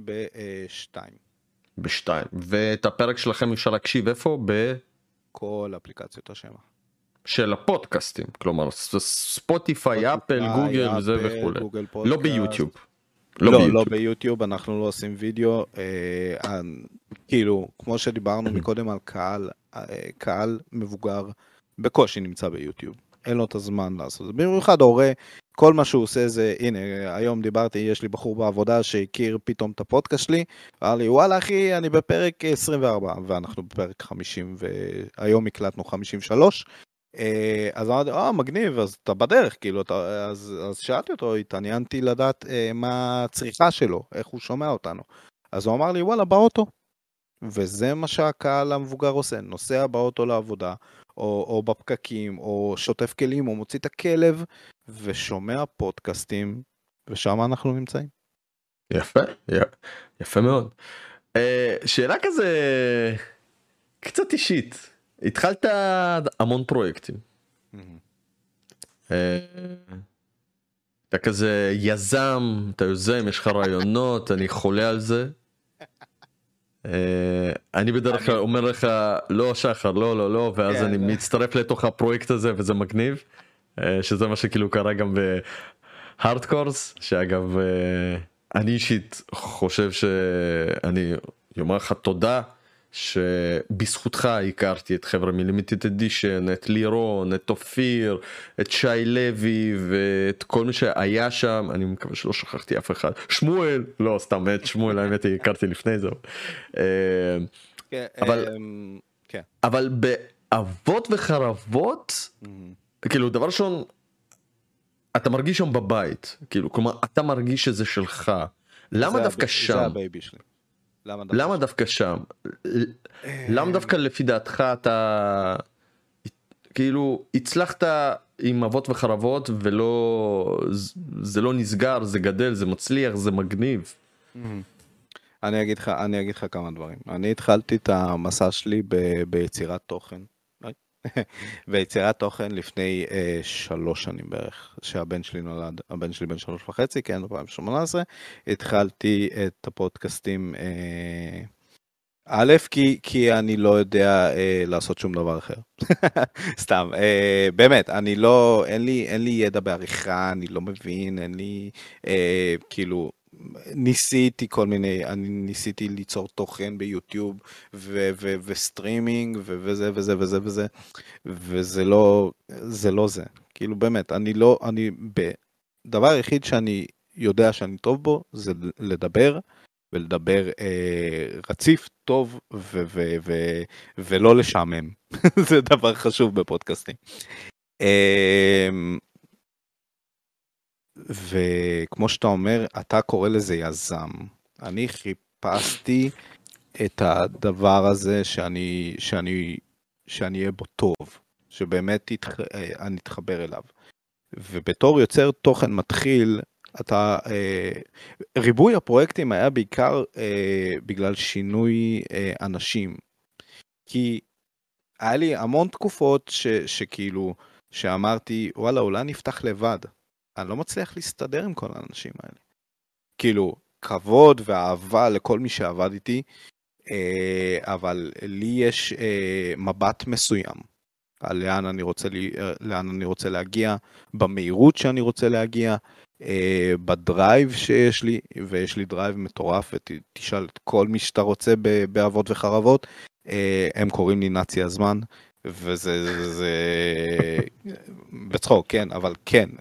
ב-2. ואת הפרק שלכם אפשר להקשיב איפה? כל אפליקציות השמה. של הפודקאסטים, כלומר ספוטיפיי, אפל, גוגל וזה וכו'. לא ביוטיוב. לא ביוטיוב, אנחנו לא עושים וידאו, כאילו, כמו שדיברנו מקודם על קהל מבוגר, בקושי נמצא ביוטיוב. אין לו את הזמן לעשות זה. במיוחד הורה, כל מה שהוא עושה זה, הנה, היום דיברתי, יש לי בחור בעבודה שהכיר פתאום את הפודקאסט שלי, אמר לי, וואלה אחי, אני בפרק 24, ואנחנו בפרק 50, והיום הקלטנו 53, אז אמרתי, מגניב, אז אתה בדרך, כאילו, אז שאלתי אותו, התעניינתי לדעת מה הצריכה שלו, איך הוא שומע אותנו. אז הוא אמר לי, וואלה, באוטו. וזה מה שהקהל המבוגר עושה, נוסע באוטו לעבודה, או בפקקים, או שוטף כלים, או מוציא את הכלב, ושומע פודקאסטים, ושם אנחנו נמצאים. יפה מאוד. שאלה כזה, קצת אישית. התחלת המון פרויקטים. אתה כזה יזם, אתה יוזם, יש לך רעיונות, אני חולה על זה. אני בדרך כלל אומר לך, לא שחר, לא, לא, לא, ואז אני מצטרף לתוך הפרויקט הזה וזה מגניב. שזה מה שכאילו קרה גם בהארדקורס, שאגב, אני אישית חושב שאני אומר לך תודה, שבזכותך הכרתי את חבר'ה מלימיטד אדישן, את לירון, את אופיר, את שי לוי ואת כל מי שהיה שם. אני מקווה שלא שכחתי אף אחד. שמואל, לא סתם, את שמואל האמת הכרתי לפני זה. אבל באבות וחרבות, כאילו דבר ראשון, אתה מרגיש שם בבית, כאילו, כלומר אתה מרגיש שזה שלך. למה דווקא שם? זה הבייבי שלי. למה דווקא שם? למה דווקא לפי דעתך אתה כאילו הצלחת עם אבות וחרבות ולא, זה לא נסגר, זה גדל, זה מצליח, זה מגניב? אני אגיד לך כמה דברים. אני התחלתי את המסע שלי ביצירת תוכן. ביצירת תוכן לפני 3 שנים בערך, שהבן שלי נולד, הבן שלי בן 3.5, כן, 2018, התחלתי את הפודקאסטים, א', כי אני לא יודע לעשות שום דבר אחר, סתם, באמת, אין לי ידע בעריכה, אני לא מבין, אין לי, כאילו, ניסיתי כל מיני, אני ניסיתי ליצור תוכן ביוטיוב וסטרימינג וזה וזה וזה וזה, וזה לא זה, כאילו באמת, דבר היחיד שאני יודע שאני טוב בו זה לדבר, ולדבר רציף, טוב ולא לשעמם, זה דבר חשוב בפודקאסטים. וכמו שאתה אומר, אתה קורא לזה יזם. אני חיפשתי את הדבר הזה שאני אהיה בו טוב, שבאמת אני אתחבר אליו. ובתור יוצר תוכן מתחיל, ריבוי הפרויקטים היה בעיקר בגלל שינוי אנשים. כי היה לי המון תקופות שכאילו, שאמרתי, וואלה, אולי נפתח לבד. אני לא מצליח להסתדר עם כל האנשים האלה. כאילו, כבוד ואהבה לכל מי שעבד איתי, אבל לי יש מבט מסוים על לאן אני רוצה להגיע, במהירות שאני רוצה להגיע, בדרייב שיש לי, ויש לי דרייב מטורף, ותשאל את כל מי שאתה רוצה באבות וחרבות, הם קוראים לי נאצי הזמן, וזה בצחוק, כן, אבל כן,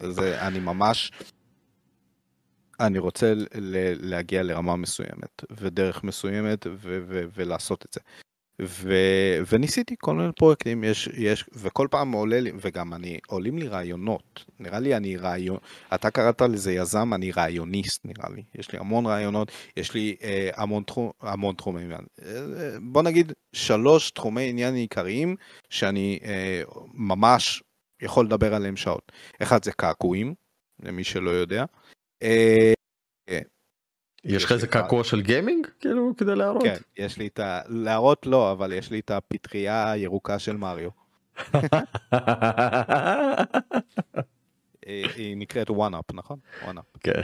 אני רוצה להגיע לרמה מסוימת, ודרך מסוימת, ולעשות את זה. וניסיתי כל מיני פרויקטים, וכל פעם עולה לי, וגם עולים לי רעיונות, נראה לי אתה קראת לזה יזם, אני רעיוניסט נראה לי, יש לי המון רעיונות, יש לי המון תחומים, בוא נגיד 3 תחומי עניין עיקריים, שאני ממש יכול לדבר עליהם שעות. אחד זה קעקועים, למי שלא יודע, יש לך איזה קעקוע של גיימינג? כאילו, כדי להראות? כן, יש לי להראות לא, אבל יש לי את הפטריה הירוקה של מריו. היא נקראת one-up, נכון? one-up. כן.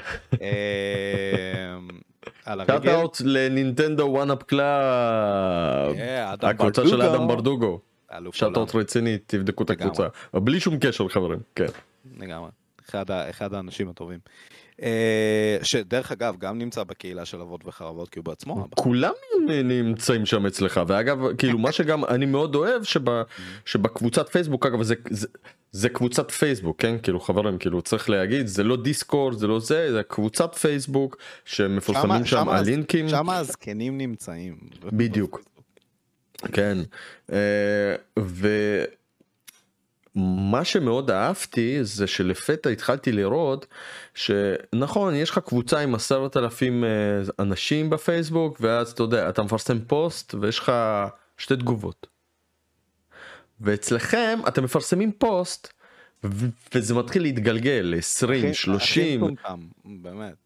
על הרגל. שאט אאוט לנינטנדו one-up קלאב. הקבוצה של אדם ברדוגו. שאט אאוט רציני, תבדקו את הקבוצה. בלי שום קשר, חברים. כן. לגמרי. אחד האנשים הטובים. שדרך אגב גם נמצא בקהילה של אבות וחרבות, כי הוא בעצמו כולם נמצאים שם אצלך. ואגב, כאילו מה שגם אני מאוד אוהב, שבקבוצת פייסבוק, אגב זה קבוצת פייסבוק, כן? כאילו חברים, כאילו צריך להגיד, זה לא דיסקורד, זה לא זה קבוצת פייסבוק שמפורסמים שם הלינקים, שם הזקנים נמצאים בדיוק. כן. מה שמאוד אהבתי זה שלפתע התחלתי לראות שנכון, יש לך קבוצה עם 10,000 אנשים בפייסבוק, ואז אתה יודע, אתה מפרסם פוסט ויש לך 2 תגובות, ואצלכם אתם מפרסמים פוסט וזה מתחיל להתגלגל ל-20, 30, באמת.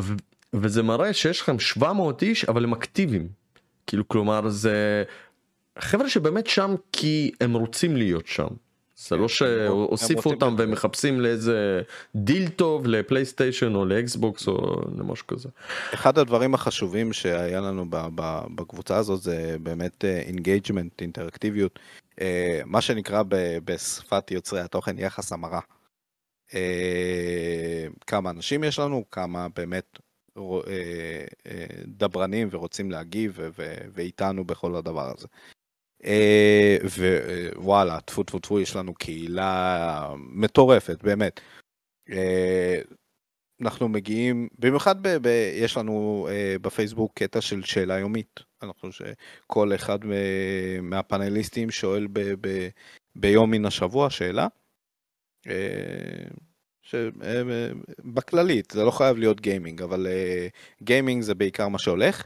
וזה מראה שיש לכם 700 איש אבל הם אקטיביים, כאילו כלומר זה חבר'ה שבאמת שם כי הם רוצים להיות שם. זה לא שהוסיפו אותם והם מחפשים לאיזה דיל טוב לפלייסטיישן או לאקסבוקס או למשהו כזה. אחד הדברים החשובים שהיה לנו בקבוצה הזאת זה באמת אינגייג'מנט, אינטראקטיביות, מה שנקרא בשפת יוצרי התוכן יחס המרה. כמה אנשים יש לנו, כמה באמת דברנים ורוצים להגיב ואיתנו בכל הדבר הזה. ווואלה, טפו טפו טפו, יש לנו קהילה מטורפת, באמת. אנחנו מגיעים, במיוחד יש לנו בפייסבוק קטע של שאלה יומית. אנחנו שכל אחד מהפאנליסטים שואל ביום מן השבוע שאלה. בכללית, זה לא חייב להיות גיימינג, אבל גיימינג זה בעיקר מה שהולך.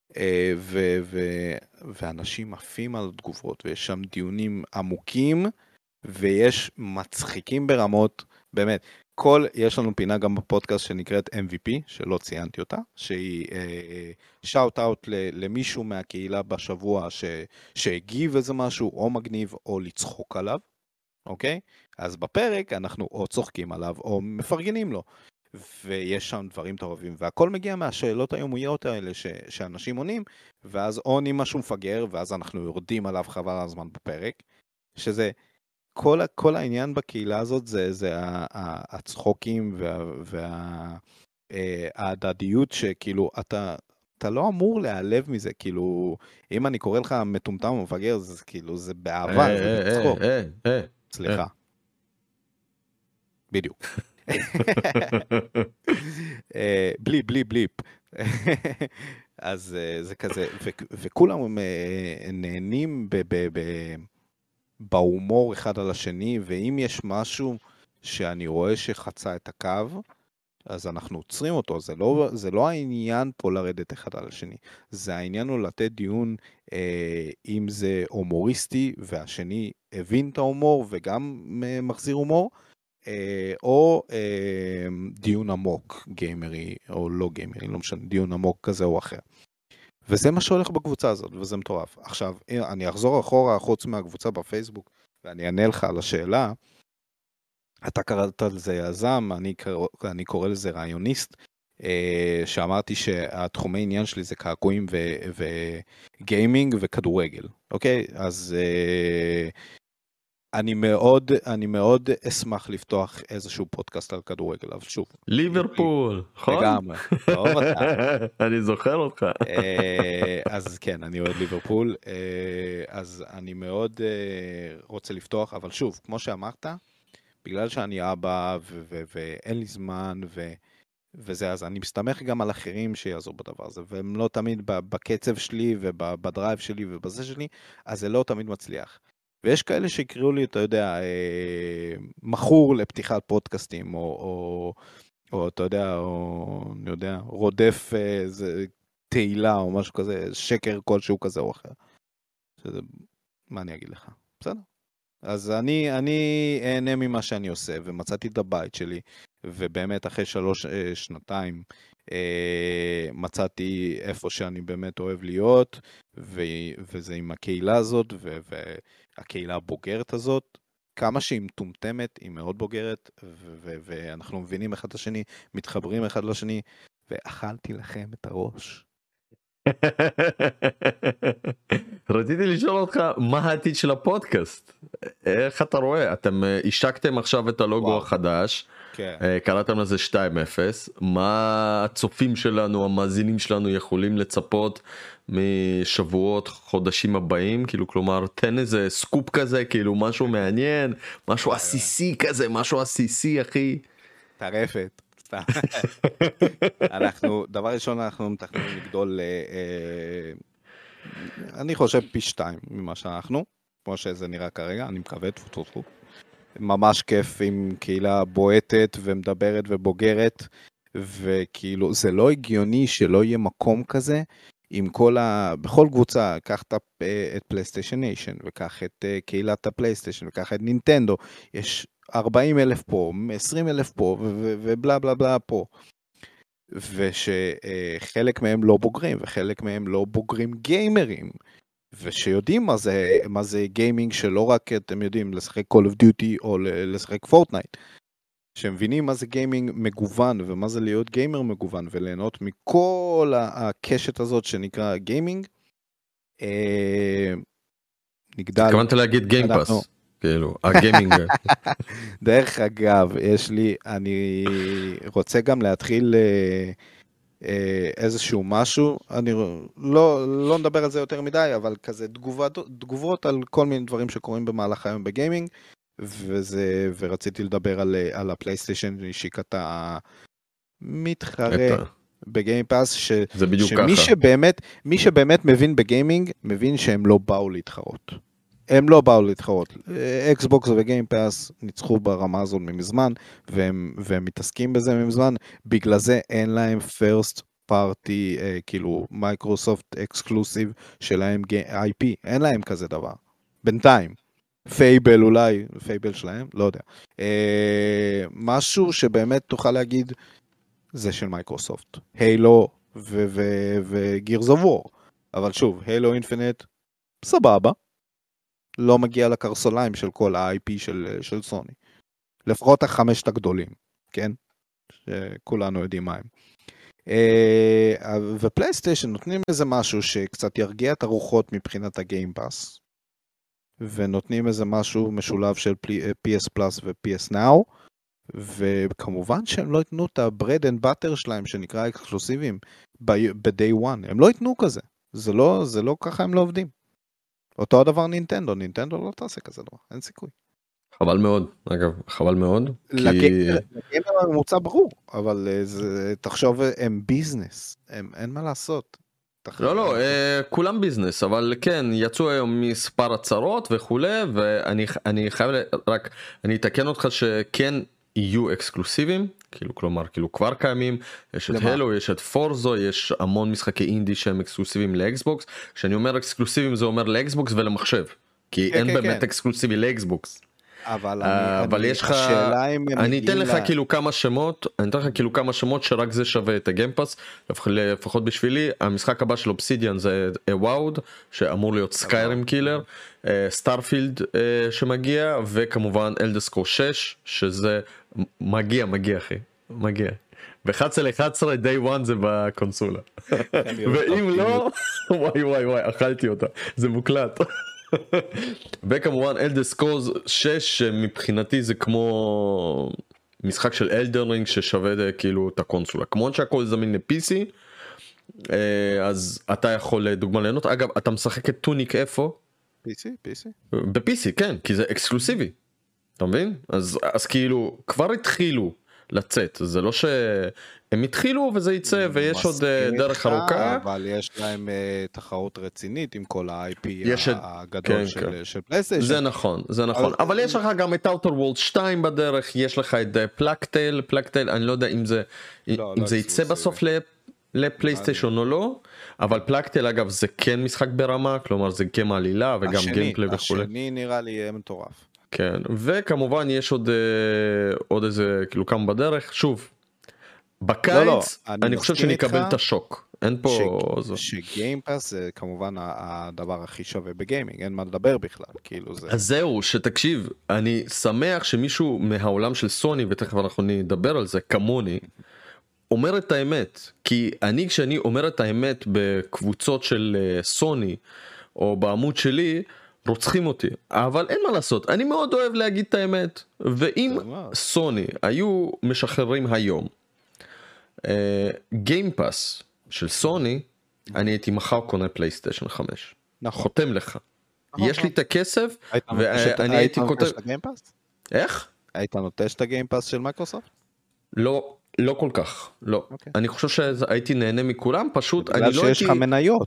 ואנשים עפים על תגובות, ויש שם דיונים עמוקים, ויש מצחיקים ברמות, באמת. יש לנו פינה גם בפודקאסט שנקראת MVP, שלא ציינתי אותה, שהיא שאוט אאוט למישהו מהקהילה בשבוע שהגיב איזה משהו, או מגניב, או לצחוק עליו, אוקיי? אז בפרק אנחנו או צוחקים עליו, או מפרגנים לו. ויש שם דברים טובים, והכל מגיע מהשאלות היומיות האלה שאנשים עונים, ואז עונים משהו מפגר, ואז אנחנו יורדים עליו חבל על הזמן בפרק, שזה כל העניין בקהילה הזאת זה הצחוקים וההדדיות שכאילו אתה לא אמור להיעלב מזה, כאילו אם אני קורא לך מטומטם או מפגר, זה כאילו זה באהבה, זה בצחוק. סליחה. בדיוק. בליפ. אז זה כזה, וכולם נהנים בהומור אחד על השני, ואם יש משהו שאני רואה שחצה את הקו, אז אנחנו עוצרים אותו. זה לא העניין פה לרדת אחד על השני. זה העניין הוא לתת דיון, אם זה הומוריסטי, והשני הבין את ההומור וגם מחזיר הומור, או דיון עמוק, גיימרי או לא גיימרי, לא משנה, דיון עמוק כזה או אחר. וזה מה שהולך בקבוצה הזאת, וזה מטורף. עכשיו, אני אחזור אחורה חוץ מהקבוצה בפייסבוק, ואני אענה לך על השאלה. אתה קראת על זה יזם, אני קורא לזה רעיוניסט, שאמרתי שהתחומי עניין שלי זה קעקועים וגיימינג וכדורגל, אוקיי? אז אני מאוד אשמח לפתוח איזשהו פודקאסט על כדורגל, אבל שוב. ליברפול, נכון? לגמרי, טוב אתה. אני זוכר אותך. אז כן, אני אוהד ליברפול, אז אני מאוד רוצה לפתוח, אבל שוב, כמו שאמרת, בגלל שאני אבא ואין לי זמן וזה, אז אני מסתמך גם על אחרים שיעזור בדבר הזה, והם לא תמיד בקצב שלי ובדרייב שלי ובזה שלי, אז זה לא תמיד מצליח. ויש כאלה שיקראו לי, אתה יודע, מכור לפתיחת פודקאסטים, או אתה יודע, או אני יודע, רודף איזה תהילה או משהו כזה, שקר כלשהו כזה או אחר. שזה, מה אני אגיד לך? בסדר. אז אני אהנה ממה שאני עושה, ומצאתי את הבית שלי, ובאמת אחרי 3 שנתיים, מצאתי איפה שאני באמת אוהב להיות, וזה עם הקהילה הזאת, והקהילה הבוגרת הזאת, כמה שהיא מטומטמת, היא מאוד בוגרת, ואנחנו מבינים אחד לשני, מתחברים אחד לשני, ואכלתי לכם את הראש. רציתי לשאול אותך מה העתיד של הפודקאסט, איך אתה רואה, אתם השקתם עכשיו את הלוגו החדש, קראתם לזה 2.0, מה הצופים שלנו, המאזינים שלנו יכולים לצפות משבועות, חודשים הבאים, כאילו כלומר תן איזה סקופ כזה, כאילו משהו מעניין, משהו עסיסי כזה, משהו עסיסי אחי. טרפת. דבר ראשון אנחנו מתכננים לגדול, אני חושב פי 2 ממה שאנחנו, כמו שזה נראה כרגע, אני מקווה, תפו. ממש כיף עם קהילה בועטת ומדברת ובוגרת, וכאילו זה לא הגיוני שלא יהיה מקום כזה, עם בכל קבוצה, קח את פלייסטיישן ניישן, וקח את קהילת הפלייסטיישן, וקח את נינטנדו, יש 40,000 פה, 20,000 פה, ובלה בלה בלה פה. ושחלק מהם לא בוגרים, וחלק מהם לא בוגרים גיימרים, ושיודעים מה זה גיימינג, שלא רק אתם יודעים לשחק Call of Duty או לשחק Fortnite, שמבינים מה זה גיימינג מגוון ומה זה להיות גיימר מגוון וליהנות מכל הקשת הזאת שנקרא גיימינג. נגדל. התכוונת להגיד גיימפאס, כאילו, הגיימינג. דרך אגב, אני רוצה גם להתחיל איזשהו משהו, אני לא נדבר על זה יותר מדי, אבל כזה תגובות על כל מיני דברים שקורים במהלך היום בגיימינג, ורציתי לדבר על הפלייסטיישן שהשיקה מתחרה בגיימפאס, שמי שבאמת מבין בגיימינג, מבין שהם לא באו להתחרות. הם לא באו להתחרות. אקסבוקס וגיימפאס ניצחו ברמה הזאת ממזמן, והם מתעסקים בזה ממזמן, בגלל זה אין להם first party, כאילו מייקרוסופט אקסקלוסיב שלהם IP, אין להם כזה דבר. בינתיים. פייבל אולי, פייבל שלהם, לא יודע. משהו שבאמת תוכל להגיד, זה של מייקרוסופט. הילו וגירס אוף וור. אבל שוב, הילו אינפיניט, סבבה. לא מגיע לקרסוליים של כל ה-IP של סוני. לפחות החמשת הגדולים, כן? שכולנו יודעים מה הם. ופלייסטיישן נותנים איזה משהו שקצת ירגיע את הרוחות מבחינת הגיימפאס. ונותנים איזה משהו משולב של PS Plus ו-PS Now. וכמובן שהם לא יתנו את ה-bread and butter שלהם שנקרא אקסקלוסיביים ב-day one. הם לא יתנו כזה. זה לא ככה הם לא עובדים. אותו הדבר נינטנדו לא תעשה כזה דבר, אין סיכוי. חבל מאוד, אגב, חבל מאוד. לגיימר הממוצע ברור, אבל תחשוב, הם ביזנס, אין מה לעשות. לא, כולם ביזנס, אבל כן, יצאו היום מספר הצהרות וכולי, ואני חייב רק, אני אתקן אותך שכן יהיו אקסקלוסיביים, כלומר, כבר קיימים, יש את הלו, יש את פורזו, יש המון משחקי אינדי שהם אקסקלוסיביים לאקסבוקס. כשאני אומר אקסקלוסיביים זה אומר לאקסבוקס ולמחשב, כי אין באמת אקסקלוסיבי לאקסבוקס. אבל יש לך, אני אתן לך כאילו כמה שמות, שרק זה שווה את הגיימפאס, לפחות בשבילי. המשחק הבא של אובסידיאן זה וואוד, שאמור להיות סקיירים קילר, סטארפילד שמגיע, וכמובן אלדר סקרולס 6, שזה מגיע אחי, מגיע. ב-11/11 day one זה בקונסולה. ואם לא, וואי, אכלתי אותה, זה מוקלט. וכמובן אלדר סקרולס 6 מבחינתי זה כמו משחק של אלדר רינג ששווה כאילו את הקונסולה, כמו שהכל זמין ל-PC, אז אתה יכול לדוגמה ליהנות. אגב, אתה משחק את טוניק איפה? PC. ב-PC, כן, כי זה אקסקלוסיבי, אתה מבין? אז כאילו כבר התחילו לצאת, זה לא שהם התחילו וזה יצא ויש עוד דרך ארוכה, אבל יש להם תחרות רצינית עם כל ה-IP הגדול של פלייסטיישן. זה נכון, אבל יש לך גם את Outer Worlds 2 בדרך, יש לך את פלאקטייל, אני לא יודע אם זה יצא בסוף לפלייסטיישן או לא, אבל פלאקטייל אגב זה כן משחק ברמה, כלומר זה גם עלילה וגם גיימפליי וכו'. השני נראה לי מטורף. כן, וכמובן יש עוד איזה כאילו כמה בדרך. שוב, בקיץ אני חושב שנקבל את השוק, אין פה שגיימפאס זה כמובן הדבר הכי שווה בגיימינג, אין מה לדבר בכלל, כאילו זה. אז זהו, שתקשיב, אני שמח שמישהו מהעולם של סוני, ותכף אנחנו נדבר על זה, כמוני, אומר את האמת, כי כשאני אומר את האמת בקבוצות של סוני, או בעמוד שלי, רוצחים אותי, אבל אין מה לעשות, אני מאוד אוהב להגיד את האמת, ואם סוני היו משחררים היום גיימפאס של סוני, אני הייתי מחר קונה פלייסטיישן 5, חותם לך, יש לי את הכסף, ואני הייתי כותב... איך? היית נוטש את הגיימפאס של מייקרוסופט? לא כל כך, לא. אני חושב שהייתי נהנה מכולם, פשוט בגלל שיש לך מניות.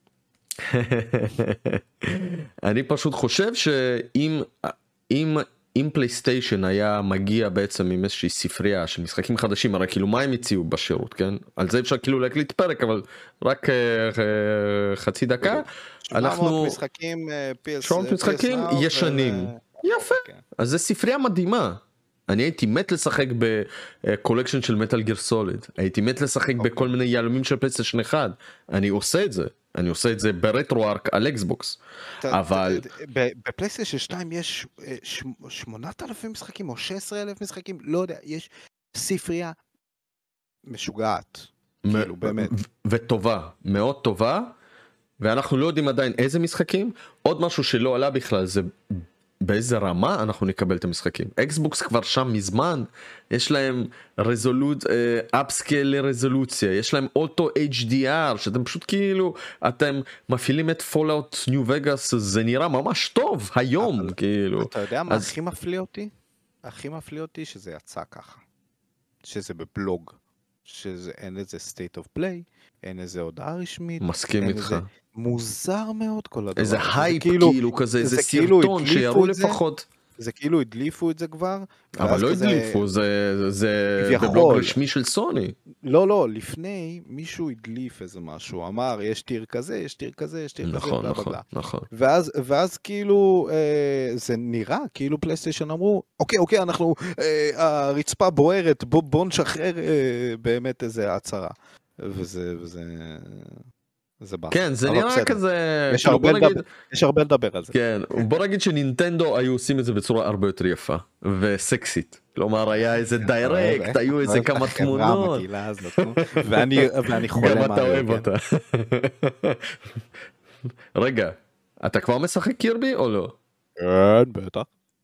אני פשוט חושב שאם פלייסטיישן היה מגיע בעצם עם איזושהי ספרייה של משחקים חדשים, הרי כאילו מה הם הציעו בשירות, כן? על זה אפשר כאילו להקליט פרק, אבל רק חצי דקה. 700 משחקים ישנים. יפה, אז זה ספרייה מדהימה. אני הייתי מת לשחק בקולקשן של מטל גיר סוליד, הייתי מת לשחק בכל מיני יהלומים של פלייסטיישן 1, אני עושה את זה. אני עושה את זה ברטרוארק על אקסבוקס, אבל בפלייסטיישן 2 יש 8,000 משחקים או 16,000 משחקים, לא יודע, יש ספרייה משוגעת, כאילו באמת. וטובה, מאוד טובה, ואנחנו לא יודעים עדיין איזה משחקים. עוד משהו שלא עלה בכלל זה באיזה רמה אנחנו נקבל את המשחקים. אקסבוקס כבר שם מזמן, יש להם אפסקייל לרזולוציה, יש להם אוטו HDR, שאתם פשוט כאילו, אתם מפעילים את פולאוט ניו וגאס, זה נראה ממש טוב היום, כאילו. אתה יודע מה הכי מפליא אותי? הכי מפליא אותי שזה יצא ככה, שזה בבלוג, שאין איזה state of play, אין איזה הודעה רשמית, מסכים איתך. מוזר מאוד כל הדבר. איזה הייפ כאילו כזה, איזה סרטון שיראו לפחות. זה כאילו הדליפו את זה כבר. אבל לא הדליפו, זה בבלוג רשמי של סוני. לא, לפני מישהו הדליף איזה משהו, אמר יש טיר כזה, יש טיר כזה, יש טיר כזה, נכון. ואז כאילו זה נראה, כאילו פלייסטיישן אמרו, אוקיי, אנחנו, הרצפה בוערת, בוא נשחרר באמת איזה הצהרה. זה בא. כן, זה נראה כזה... יש הרבה לדבר על זה. כן, בוא נגיד שנינטנדו היו עושים את זה בצורה הרבה יותר יפה וסקסית. כלומר, היה איזה דיירקט, היו איזה כמה תמונות. ואני חולם גם אתה אוהב אותה. רגע, אתה כבר משחק קירבי או לא? כן, בטח.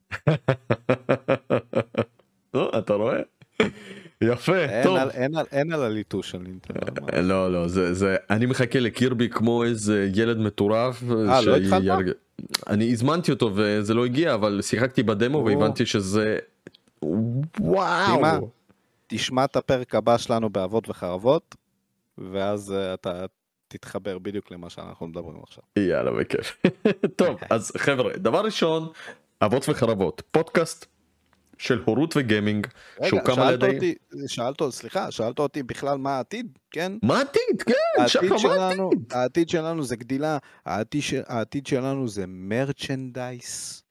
אתה רואה? יפה, טוב. אין על הליטוש של נינטנדו. לא, אני מחכה לקירבי כמו איזה ילד מטורף. לא התחלת? אני הזמנתי אותו וזה לא הגיע, אבל שיחקתי בדמו והבנתי שזה... וואו. תשמע את הפרק הבא שלנו באבות וחרבות, ואז אתה תתחבר בדיוק למה שאנחנו מדברים עכשיו. יאללה, בכיף. טוב, אז חבר'ה, דבר ראשון, אבות וחרבות, פודקאסט של הורות וגיימינג, שהוקם על ידי... שאלת אותי בכלל מה העתיד, כן? מה העתיד? כן, שחר, מה העתיד? העתיד שלנו זה גדילה, העתיד שלנו זה מרצ'נדייס,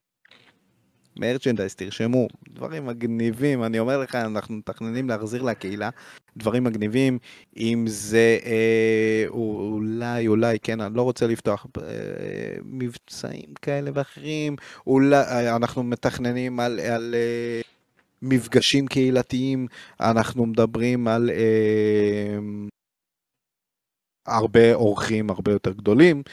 תרשמו, דברים מגניבים, אני אומר לך, אנחנו מתכננים להחזיר לקהילה, דברים מגניבים, אם זה אולי, כן, אני לא רוצה לפתוח מבצעים כאלה ואחרים, אולי אנחנו מתכננים על מפגשים קהילתיים, אנחנו מדברים על הרבה אורחים הרבה יותר גדולים,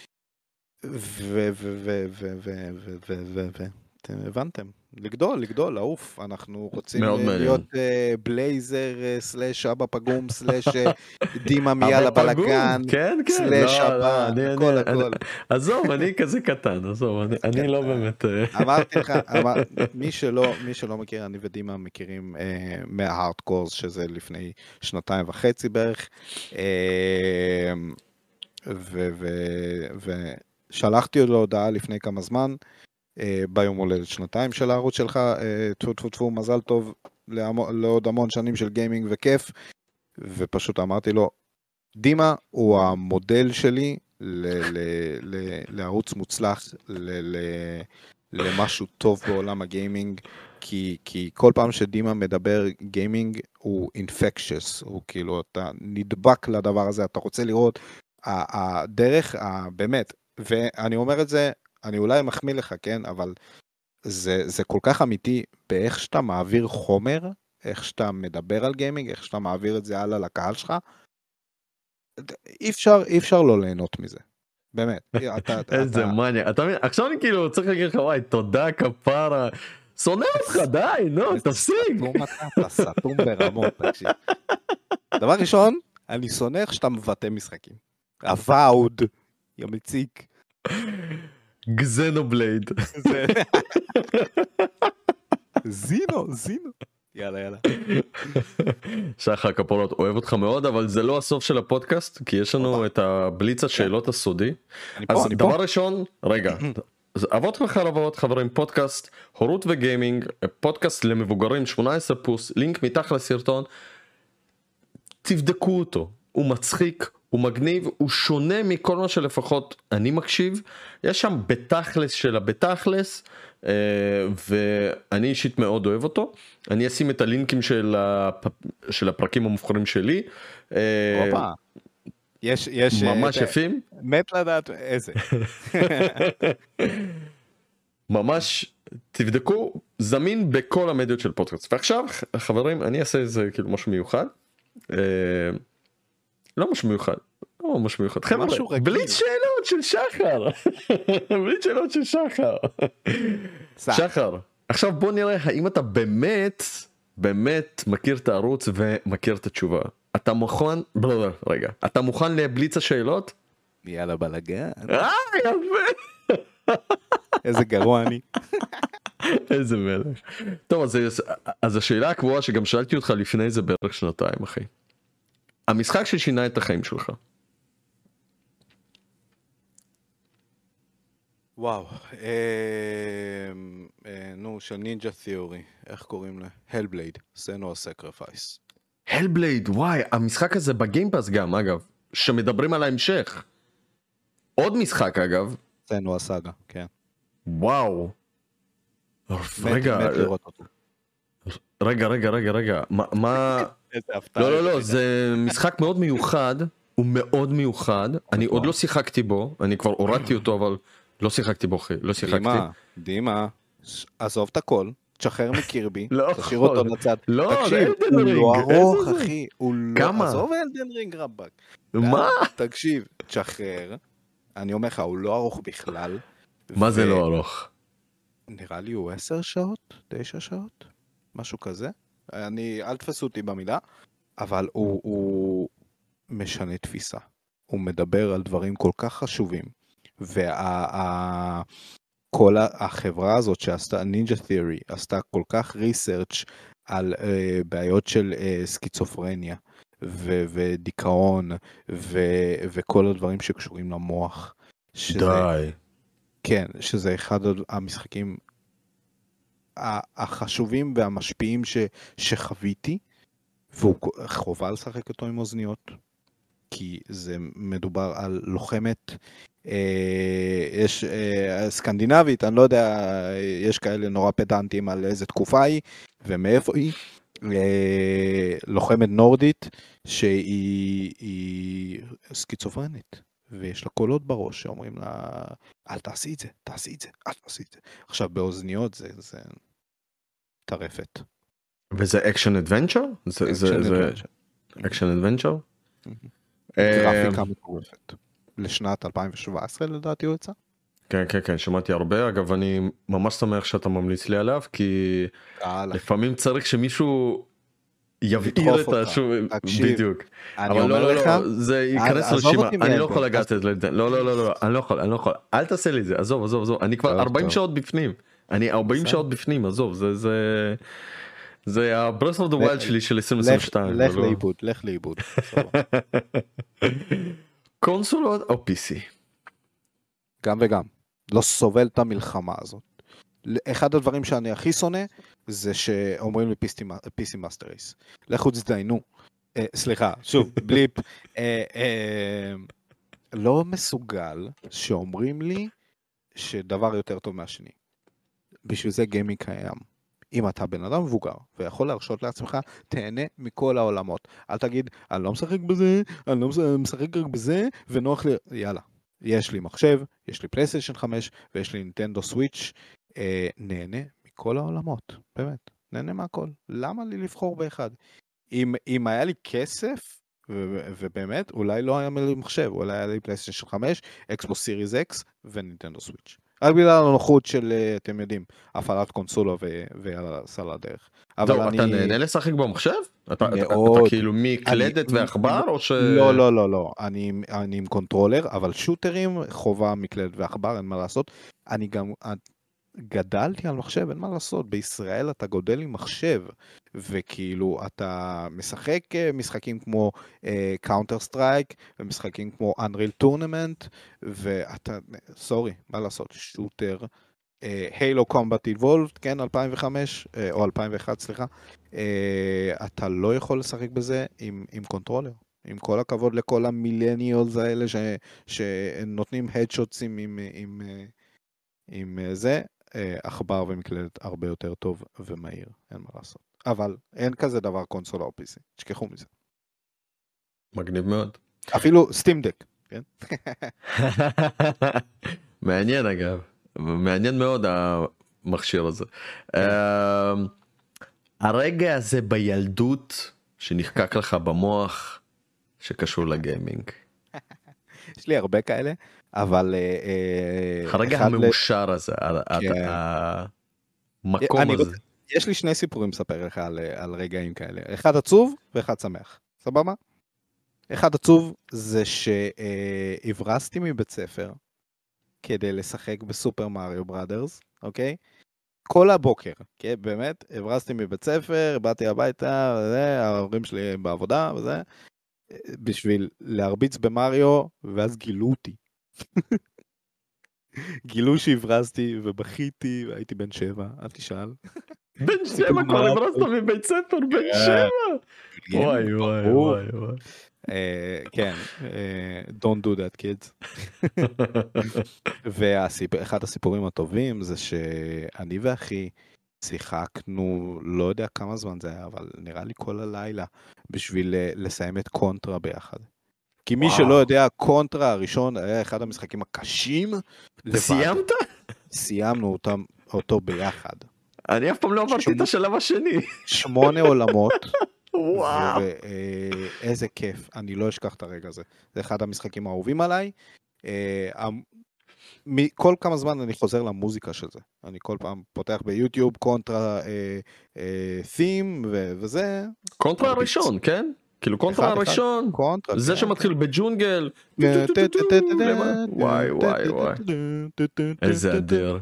אתם הבנתם, לגדול, לעוף, אנחנו רוצים להיות בלייזר סלש אבא פגום סלש דימה מיאל הבלגן סלש אבא, הכל. עזוב, אני כזה קטן, אני לא באמת... אמרתי לך, מי שלא מכיר, אני ודימה מכירים מההארדקורס, שזה לפני 2.5 בערך, ושלחתי לו הודעה לפני כמה זמן, ביום הולדת 2 של הערוץ שלך, טפו, מזל טוב לעוד המון שנים של גיימינג וכיף, ופשוט אמרתי לו, דימה הוא המודל שלי לערוץ מוצלח, למשהו טוב בעולם הגיימינג, כי כל פעם שדימה מדבר גיימינג הוא infectious, הוא כאילו, אתה נדבק לדבר הזה, אתה רוצה לראות הדרך, באמת, ואני אומר את זה, אני אולי מחמיא לך, כן, אבל זה כל כך אמיתי באיך שאתה מעביר חומר, איך שאתה מדבר על גיימינג, איך שאתה מעביר את זה הלאה לקהל שלך, אי אפשר לא ליהנות מזה. באמת. איזה מניה. עכשיו אני כאילו צריך להגיד לך, וואי, תודה כפרה. שונא אותך, די, נו, תפסיק. אתה סתום ברמות, תקשיב. דבר ראשון, אני שונא איך שאתה מבטא משחקים. הוואוד, יא מציק. גזנובלייד. זינו. יאללה. שחר כפולות, אוהב אותך מאוד, אבל זה לא הסוף של הפודקאסט, כי יש לנו את הבליץ השאלות הסודי. אז דבר ראשון, רגע, אבות וחרבות, חברים, פודקאסט, הורות וגיימינג, פודקאסט למבוגרים 18 פלוס, לינק מתחת לסרטון, תבדקו אותו, הוא מצחיק, הוא מגניב, הוא שונה מכל מה שלפחות אני מקשיב, יש שם בתכלס של הבתכלס, ואני אישית מאוד אוהב אותו. אני אשים את הלינקים של הפרקים המובחרים שלי. יש... ממש יפים. מת לדעת איזה. ממש תבדקו, זמין בכל המדיות של פודקאסט. ועכשיו חברים אני אעשה איזה כאילו משהו מיוחד, לא משהו מיוחד, לא משהו מיוחד, חבר'ה, בלי שאלות של שחר. בלי שאלות של שחר. שחר, עכשיו בוא נראה האם אתה באמת מכיר את הערוץ ומכיר את התשובה. אתה מוכן, רגע, אתה מוכן לבליץ השאלות? יאללה בלגן. יפה. איזה גרוע אני. איזה מלך. טוב, אז השאלה הקבועה שגם שאלתי אותך לפני זה בערך שנתיים, אחי. המשחק ששינה את החיים שלך. וואו. נו, של נינג'ה תיאורי. איך קוראים לה? הלבלייד. סנואה סקריפייס. הלבלייד, וואי, המשחק הזה בגיימפאס גם, אגב. שמדברים על ההמשך. עוד משחק, אגב. סנואה סאגה, כן. וואו. רגע, מה... לא, זה משחק מאוד מיוחד, הוא מאוד מיוחד, אני עוד לא שיחקתי בו, אני כבר הורדתי אותו, אבל לא שיחקתי בו, אחי, לא שיחקתי. דימה, עזוב את הכל, תשחרר מקירבי, תשאיר לא, אותו לצד, לא, תקשיב, אלדן הוא רינג, לא ארוך, איזה זה? אחי, הוא לא... כמה? עזוב אלדן רינג רבק. מה? תקשיב, תשחרר, אני אומר לך, הוא לא ארוך בכלל. מה זה לא ארוך? נראה לי הוא 10 שעות, 9 שעות, משהו כזה. אל תפסו אותי במילה, אבל הוא משנה תפיסה. הוא מדבר על דברים כל כך חשובים, כל החברה הזאת שעשתה, נינג'ה תיאורי, עשתה כל כך ריסרצ' על בעיות של סקיצופרניה, ודיכאון, וכל הדברים שקשורים למוח. די. כן, שזה אחד המשחקים החשובים והמשפיעים שחוויתי, והוא חובה לשחק אותו עם אוזניות, כי זה מדובר על לוחמת, יש סקנדינבית, אני לא יודע, יש כאלה נורא פדנטים על איזה תקופה היא, ומאיפה היא, לוחמת נורדית, שהיא סקיצופרנית. ויש לה קולות בראש שאומרים לה, אל תעשי את זה, תעשי את זה, אל תעשי את זה. עכשיו באוזניות זה טרפת. וזה אקשן אדוונצ'ר? זה אקשן אדוונצ'ר? גרפיקה מטורפת. לשנת 2017 לדעתי הוא יצא. כן, שמעתי הרבה. אגב, אני ממש שמח שאתה ממליץ לי עליו, כי לפעמים צריך שמישהו יבעיר את השוב, בדיוק. אבל לא, זה ייכנס לרשימה, אני לא יכול לגעת את זה, לא, אני לא יכול, אל תעשה לי את זה, עזוב, אני כבר 40 שעות בפנים, אני 40 שעות בפנים, עזוב, זה ה-Breath of the Wild שלי של 2022. לך לאיבוד. קונסולות או PC? גם וגם, לא סובל את המלחמה הזאת. אחד הדברים שאני הכי שונא, זה שאומרים לי PC Master Race. לכו תזדיינו. סליחה, שוב, בליפ. לא מסוגל שאומרים לי שדבר יותר טוב מהשני. בשביל זה גיימינג קיים. אם אתה בן אדם מבוגר, ויכול להרשות לעצמך, תהנה מכל העולמות. אל תגיד, אני לא משחק בזה, אני לא משחק רק בזה, ונוח לי, יאללה. יש לי מחשב, יש לי פלייסטיישן 5, ויש לי נינטנדו סוויץ', נהנה מכל העולמות, באמת, נהנה מהכל. למה לי לבחור באחד? אם היה לי כסף, ובאמת, אולי לא היה לי מחשב, אולי היה לי פלייסטיישן 5, אקסבוקס סיריס אקס ונינטנדו סוויץ'. רק בגלל הנוחות של, אתם יודעים, הפעלת קונסולה ועל הדרך. אבל אתה נהנה לשחק במחשב? אתה כאילו מקלדת ועכבר או ש... לא, אני עם קונטרולר, אבל שוטרים חובה מקלדת ועכבר, אין מה לעשות. אני גם גדלתי על מחשב, אין מה לעשות. בישראל אתה גודל עם מחשב, וכאילו אתה משחק משחקים כמו Counter Strike, ומשחקים כמו Unreal Tournament, ואתה, סורי, מה לעשות, שוטר, Halo Combat Evolved, כן, 2005, או 2001, סליחה, אתה לא יכול לשחק בזה עם קונטרולר. עם כל הכבוד לכל המילניאלס האלה שנותנים הדשוטסים עם זה, עכבר ומקלדת הרבה יותר טוב ומהיר, אין מה לעשות. אבל אין כזה דבר קונסולה או PC, תשכחו מזה. מגניב מאוד. אפילו סטים דק, כן? מעניין אגב, מעניין מאוד המכשיר הזה. הרגע הזה בילדות שנחקק לך במוח שקשור לגיימינג. יש לי הרבה כאלה, אבל... הרגע המאושר הזה, המקום הזה. יש לי שני סיפורים לספר לך על רגעים כאלה. אחד עצוב ואחד שמח. סבבה? אחד עצוב זה שהברסתי מבית ספר כדי לשחק בסופר מריו בראדרס, אוקיי? כל הבוקר, כן, באמת, הברסתי מבית ספר, באתי הביתה, וזה, ההורים שלי בעבודה, וזה, בשביל להרביץ במריו, ואז גילו אותי. גילו שהברסתי ובכיתי, והייתי בן 7, אל תשאל. בן 7 כבר הברסת מבית ספר, בן 7! וואי וואי וואי וואי. כן, don't do that kids. ואחד הסיפורים הטובים זה שאני ואחי שיחקנו, לא יודע כמה זמן זה היה, אבל נראה לי כל הלילה, בשביל לסיים את קונטרה ביחד. כי מי שלא יודע, קונטרה הראשון היה אחד המשחקים הקשים. סיימת? סיימנו אותו ביחד. אני אף פעם לא עברתי את השלב השני. 8 עולמות. וואו. איזה כיף, אני לא אשכח את הרגע הזה. זה אחד המשחקים האהובים עליי. כל כמה זמן אני חוזר למוזיקה של זה. אני כל פעם פותח ביוטיוב קונטרה תים וזה. קונטרה הראשון, כן? כאילו קונטרה הראשון, זה שמתחיל בג'ונגל. וואי וואי וואי. איזה אדיר.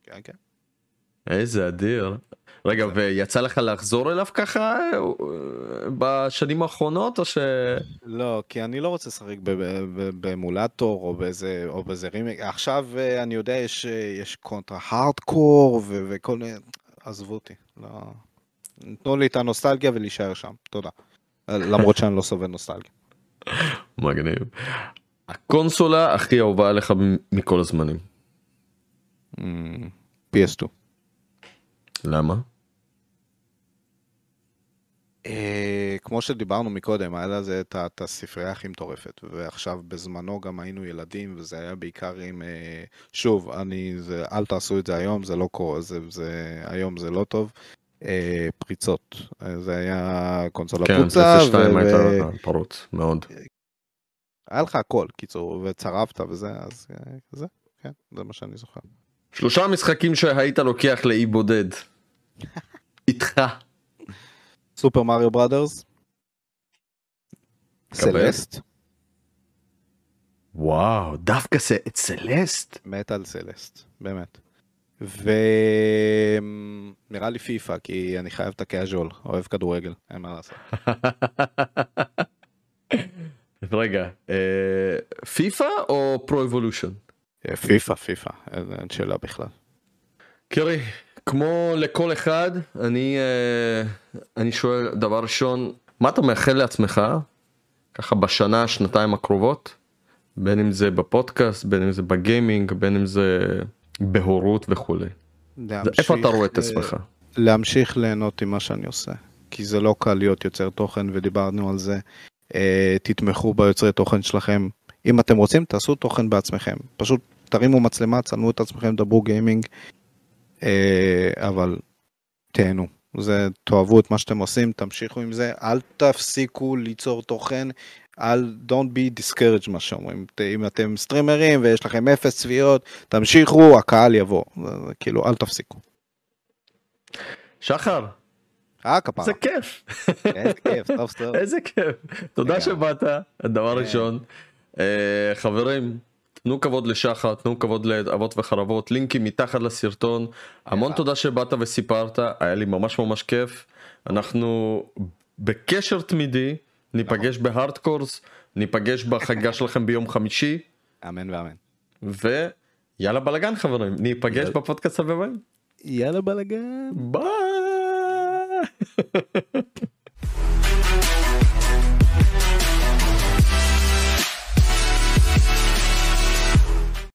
איזה אדיר. רגע, ויצא לך לחזור אליו ככה בשנים האחרונות או ש... לא, כי אני לא רוצה לשחק במולטור או באיזה רימייק. עכשיו אני יודע יש קונטרה הארדקור וכל... עזבו אותי. תנו לי את הנוסטלגיה ולהישאר שם. תודה. למרות שאני לא סובל נוסטלגיה. מגניב. הקונסולה הכי אהובה עליך מכל הזמנים? PS2. למה? כמו שדיברנו מקודם, היה לזה את הספרייה הכי מטורפת, ועכשיו בזמנו גם היינו ילדים, וזה היה בעיקר עם, שוב, אל תעשו את זה היום, זה לא קורה, היום זה לא טוב, פריצות, זה היה קונסולה פוצה, כן, פלייסטיישן 2 הייתה פרוץ, מאוד. היה לך הכל, קיצור, וצרבת וזה, אז זה, כן, זה מה שאני זוכר. 3 משחקים שהיית לוקח לאי בודד. איתך. סופר מריו בראדרס. סלסט. וואו, דווקא סלסט? מת על סלסט, באמת. נראה לי פיפה, כי אני חייב את הקאז'ול, אוהב כדורגל, אין מה לעשות. רגע, פיפה או פרו אבולושן? פיפה, אין שאלה בכלל. קירי, כמו לכל אחד, אני שואל דבר ראשון, מה אתה מאחל לעצמך, ככה בשנה, שנתיים הקרובות, בין אם זה בפודקאסט, בין אם זה בגיימינג, בין אם זה בהורות וכו'. איפה אתה רואה את עצמך? להמשיך ליהנות עם מה שאני עושה, כי זה לא קל להיות יוצר תוכן, ודיברנו על זה. תתמכו ביוצרי תוכן שלכם. אם אתם רוצים, תעשו תוכן בעצמכם. פשוט תרימו מצלמה, צלמו את עצמכם, דברו גיימינג, אבל תהנו. תאהבו את מה שאתם עושים, תמשיכו עם זה, אל תפסיקו ליצור תוכן, don't be discouraged מה שאומרים. אם אתם סטרימרים ויש לכם 0 צפיות, תמשיכו, הקהל יבוא. כאילו, אל תפסיקו. שחר. כפרה. זה כיף. איזה כיף, טוב. איזה כיף. תודה שבאת, הדבר ראשון. חברים, תנו כבוד לשחר, תנו כבוד לאבות וחרבות, לינקים מתחת לסרטון. המון תודה שבאת וסיפרת, היה לי ממש ממש כיף. אנחנו בקשר תמידי, ניפגש בהארדקורס, ניפגש בחגיגה שלכם ביום חמישי. אמן ואמן. ויאללה בלגן חברים, ניפגש בפודקאסט הבא. יאללה בלגן. ביי.